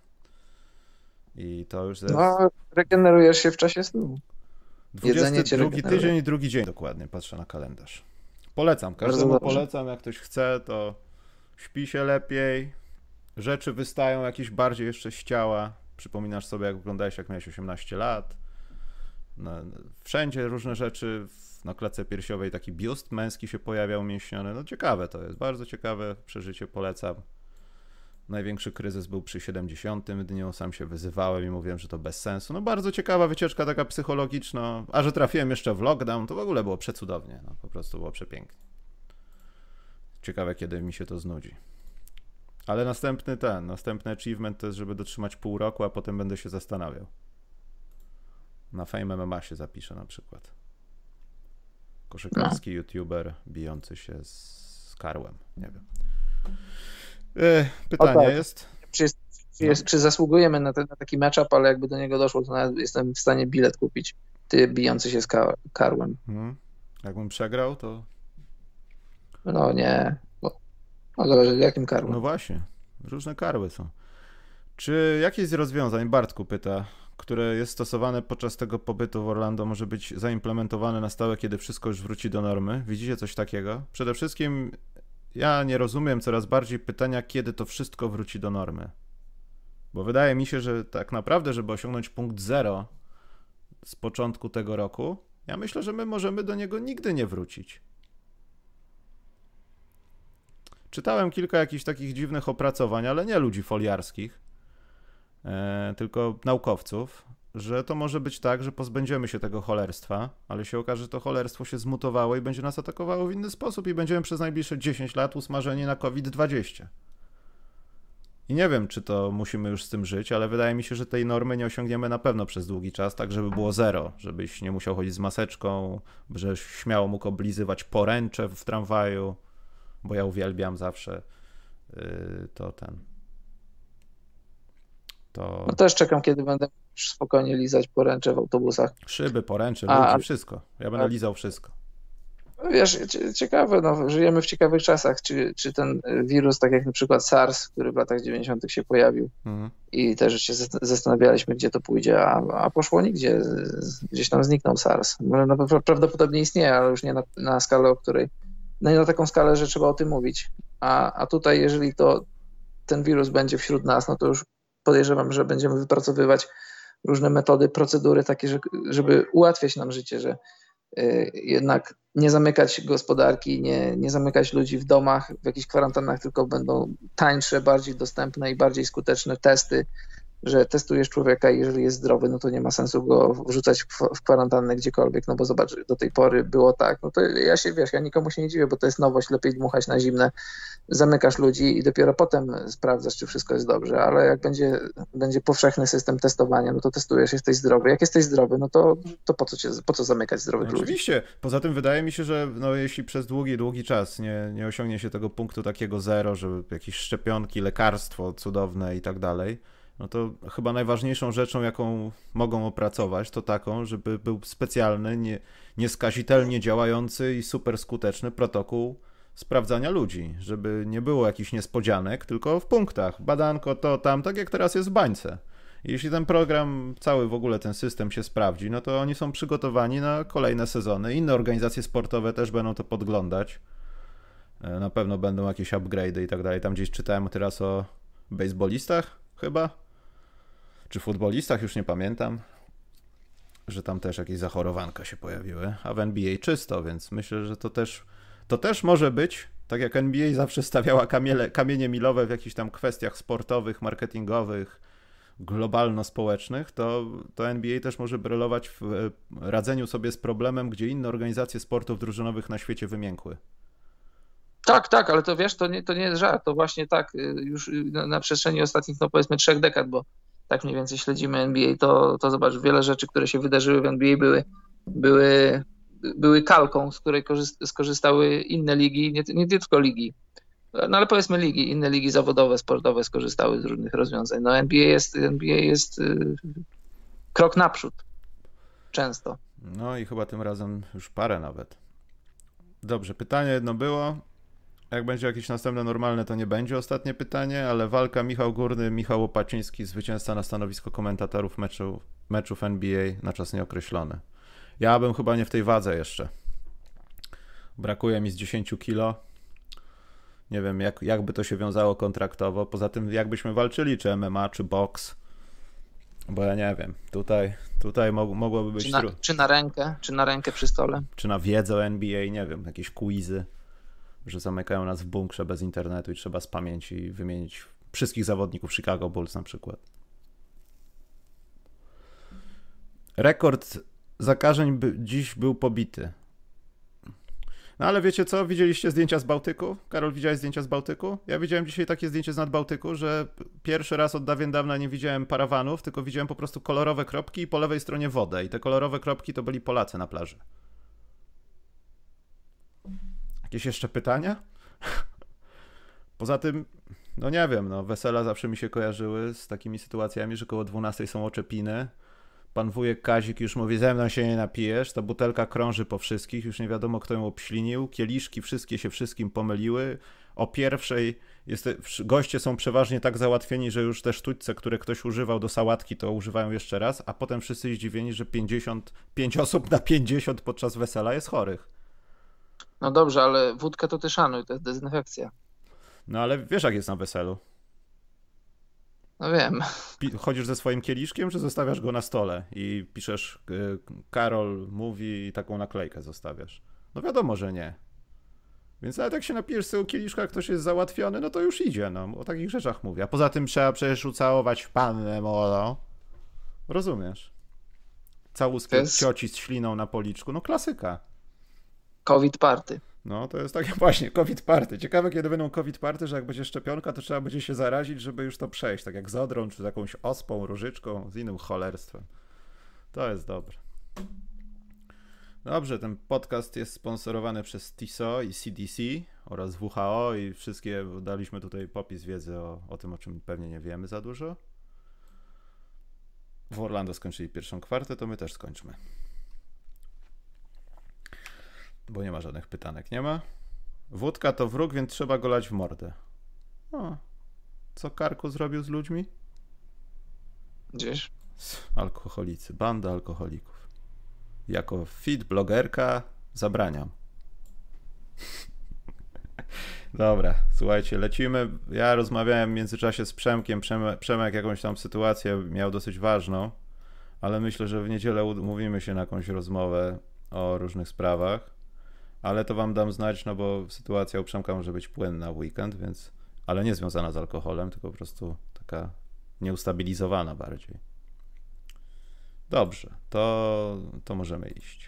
I to już jest... No, regenerujesz się w czasie snu. dwudziesty drugi tydzień i drugi dzień dokładnie, patrzę na kalendarz. Polecam, każdemu polecam, jak ktoś chce, to śpi się lepiej, rzeczy wystają jakieś bardziej jeszcze z ciała, przypominasz sobie, jak wyglądałeś, jak miałeś osiemnaście lat, no, wszędzie różne rzeczy, na klatce piersiowej taki biust męski się pojawiał umięśniony, no ciekawe to jest, bardzo ciekawe przeżycie, polecam. Największy kryzys był przy siedemdziesiątym dniu, sam się wyzywałem i mówiłem, że to bez sensu. No bardzo ciekawa wycieczka taka psychologiczna, a że trafiłem jeszcze w lockdown, to w ogóle było przecudownie, no po prostu było przepięknie. Ciekawe, kiedy mi się to znudzi. Ale następny ten, następny achievement to jest, żeby dotrzymać pół roku, a potem będę się zastanawiał. Na Fame M M A się zapiszę na przykład. Koszykarski no. YouTuber bijący się z Karłem, nie wiem. Pytanie tak. jest... Czy, jest, czy, jest, czy zasługujemy na, ten, na taki matchup, ale jakby do niego doszło, to nawet jestem w stanie bilet kupić. Ty bijący się z Karłem. Hmm. Jakbym przegrał, to... No nie, bo no zależy jakim No karłem. właśnie, różne karły są. Czy jakieś z rozwiązań, Bartku pyta, które jest stosowane podczas tego pobytu w Orlando, może być zaimplementowane na stałe, kiedy wszystko już wróci do normy? Widzicie coś takiego? Przede wszystkim ja nie rozumiem coraz bardziej pytania, kiedy to wszystko wróci do normy. Bo wydaje mi się, że tak naprawdę, żeby osiągnąć punkt zero z początku tego roku, ja myślę, że my możemy do niego nigdy nie wrócić. Czytałem kilka jakichś takich dziwnych opracowań, ale nie ludzi foliarskich, e, tylko naukowców, że to może być tak, że pozbędziemy się tego cholerstwa, ale się okaże, że to cholerstwo się zmutowało i będzie nas atakowało w inny sposób i będziemy przez najbliższe dziesięć lat usmażeni na kowid dwadzieścia. I nie wiem, czy to musimy już z tym żyć, ale wydaje mi się, że tej normy nie osiągniemy na pewno przez długi czas, tak żeby było zero, żebyś nie musiał chodzić z maseczką, że śmiało mógł oblizywać poręcze w tramwaju, bo ja uwielbiam zawsze yy, to ten. To No też czekam, kiedy będę już spokojnie lizać poręcze w autobusach. szyby, poręcze, A, ludzi, a wszystko. Ja będę lizał wszystko. wiesz, cie- ciekawe, no, żyjemy w ciekawych czasach, czy, czy ten wirus, tak jak na przykład SARS, który w latach dziewięćdziesiątych się pojawił Mhm. i też się zas- zastanawialiśmy, gdzie to pójdzie, a, a poszło nigdzie, Z- gdzieś tam zniknął SARS. Może no, pra- prawdopodobnie istnieje, ale już nie na, na skalę, o której, no nie na taką skalę, że trzeba o tym mówić. A, a tutaj, jeżeli to ten wirus będzie wśród nas, no to już podejrzewam, że będziemy wypracowywać różne metody, procedury takie, że, żeby ułatwiać nam życie, że y, jednak nie zamykać gospodarki, nie, nie zamykać ludzi w domach, w jakichś kwarantannach, tylko będą tańsze, bardziej dostępne i bardziej skuteczne testy, że testujesz człowieka i jeżeli jest zdrowy, no to nie ma sensu go wrzucać w, w kwarantannę gdziekolwiek, no bo zobacz, do tej pory było tak, no to ja się, wiesz, ja nikomu się nie dziwię, bo to jest nowość, lepiej dmuchać na zimne, zamykasz ludzi i dopiero potem sprawdzasz, czy wszystko jest dobrze, ale jak będzie, będzie powszechny system testowania, no to testujesz, jesteś zdrowy, jak jesteś zdrowy, no to, to po co cię, po co zamykać zdrowych No ludzi? oczywiście. Poza tym wydaje mi się, że no, jeśli przez długi, długi czas nie, nie osiągnie się tego punktu takiego zero, żeby jakieś szczepionki, lekarstwo cudowne i tak dalej, no to chyba najważniejszą rzeczą, jaką mogą opracować, to taką, żeby był specjalny, nie, nieskazitelnie działający i super skuteczny protokół sprawdzania ludzi, żeby nie było jakichś niespodzianek, tylko w punktach, badanko, to, tam, tak jak teraz jest w bańce. Jeśli ten program, cały w ogóle ten system się sprawdzi, no to oni są przygotowani na kolejne sezony. Inne organizacje sportowe też będą to podglądać. Na pewno będą jakieś upgrade'y i tak dalej. Tam gdzieś czytałem teraz o baseballistach chyba, czy futbolistach, już nie pamiętam, że tam też jakieś zachorowanka się pojawiły, a w N B A czysto, więc myślę, że to też, to też może być, tak jak N B A zawsze stawiała kamiele, kamienie milowe w jakichś tam kwestiach sportowych, marketingowych, globalno-społecznych, to, to N B A też może brylować w radzeniu sobie z problemem, gdzie inne organizacje sportów drużynowych na świecie wymiękły. Tak, tak, ale to wiesz, to nie, to nie jest żart, to właśnie tak y, już y, na, na przestrzeni ostatnich, no powiedzmy trzech dekad, bo tak mniej więcej śledzimy N B A, to, to zobacz, wiele rzeczy, które się wydarzyły w N B A były, były, były kalką, z której korzyst- skorzystały inne ligi, nie, nie tylko ligi, no ale powiedzmy ligi, inne ligi zawodowe, sportowe skorzystały z różnych rozwiązań. No N B A jest, N B A jest y, krok naprzód, często. No i chyba tym razem już parę nawet. Dobrze, pytanie jedno było. Jak będzie jakieś następne normalne, to nie będzie ostatnie pytanie, ale walka Michał Górny, Michał Łopaciński, zwycięzca na stanowisko komentatorów meczu, meczów N B A na czas nieokreślony. Ja bym chyba nie w tej wadze jeszcze. Brakuje mi z dziesięć kilo. Nie wiem, jak, jak by to się wiązało kontraktowo. Poza tym, jakbyśmy walczyli, czy M M A, czy boks. Bo ja nie wiem. Tutaj, tutaj mog, mogłoby być... Czy na, tru... czy na rękę, czy na rękę przy stole. Czy na wiedzę o N B A, nie wiem, jakieś quizy, że zamykają nas w bunkrze bez internetu i trzeba z pamięci wymienić wszystkich zawodników Chicago Bulls na przykład. Rekord zakażeń by, dziś był pobity. No ale wiecie co? Widzieliście zdjęcia z Bałtyku? Karol, widziałeś zdjęcia z Bałtyku? Ja widziałem dzisiaj takie zdjęcie z Nadbałtyku, że pierwszy raz od dawien dawna nie widziałem parawanów, tylko widziałem po prostu kolorowe kropki i po lewej stronie wodę. I te kolorowe kropki to byli Polacy na plaży. Jakieś jeszcze pytania? Poza tym, no nie wiem, no wesela zawsze mi się kojarzyły z takimi sytuacjami, że koło dwunastej są oczepiny, pan wujek Kazik już mówi, ze mną się nie napijesz, ta butelka krąży po wszystkich, już nie wiadomo kto ją obślinił, kieliszki wszystkie się wszystkim pomyliły, o pierwszej jest, goście są przeważnie tak załatwieni, że już te sztućce, które ktoś używał do sałatki, to używają jeszcze raz, a potem wszyscy zdziwieni, że pięćdziesiąt pięć osób na pięćdziesiąt podczas wesela jest chorych. No dobrze, ale wódkę to ty szanuj, to jest dezynfekcja. No ale wiesz jak jest na weselu? No wiem. Chodzisz ze swoim kieliszkiem, czy zostawiasz go na stole i piszesz y, Karol mówi i taką naklejkę zostawiasz? No wiadomo, że nie. Więc nawet jak się napijesz z tego kieliszka, jak ktoś jest załatwiony, no to już idzie, no. O takich rzeczach mówię. A poza tym trzeba przecież ucałować pannę młodą. Rozumiesz? Całuskie jest... cioci z śliną na policzku, no klasyka. COVID party. No to jest takie właśnie, COVID party. Ciekawe kiedy będą COVID party, że jak będzie szczepionka, to trzeba będzie się zarazić, żeby już to przejść. Tak jak z odrą, czy z jakąś ospą, różyczką, z innym cholerstwem. To jest dobre. Dobrze, ten podcast jest sponsorowany przez T I S O i C D C oraz W H O i wszystkie, daliśmy tutaj popis wiedzy o, o tym, o czym pewnie nie wiemy za dużo. W Orlando skończyli pierwszą kwartę, to my też skończmy. Bo nie ma żadnych pytanek, nie ma? Wódka to wróg, więc trzeba go lać w mordę. O, co Karku zrobił z ludźmi? Gdzieś? Alkoholicy, banda alkoholików. Jako fit blogerka zabraniam. Dobra, słuchajcie, lecimy. Ja rozmawiałem w międzyczasie z Przemkiem. Przemek, Przemek jakąś tam sytuację miał dosyć ważną, ale myślę, że w niedzielę umówimy się na jakąś rozmowę o różnych sprawach. Ale to wam dam znać, no bo sytuacja u Przemka może być płynna w weekend, więc, ale nie związana z alkoholem, tylko po prostu taka nieustabilizowana bardziej. Dobrze, to, to możemy iść.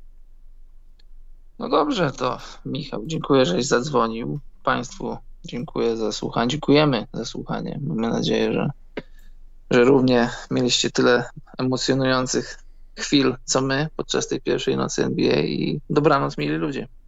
No dobrze, to Michał, dziękuję, żeś zadzwonił. Państwu dziękuję za słuchanie. Dziękujemy za słuchanie. Mamy nadzieję, że, że równie mieliście tyle emocjonujących chwil, co my podczas tej pierwszej nocy N B A i dobranoc, mili ludzie.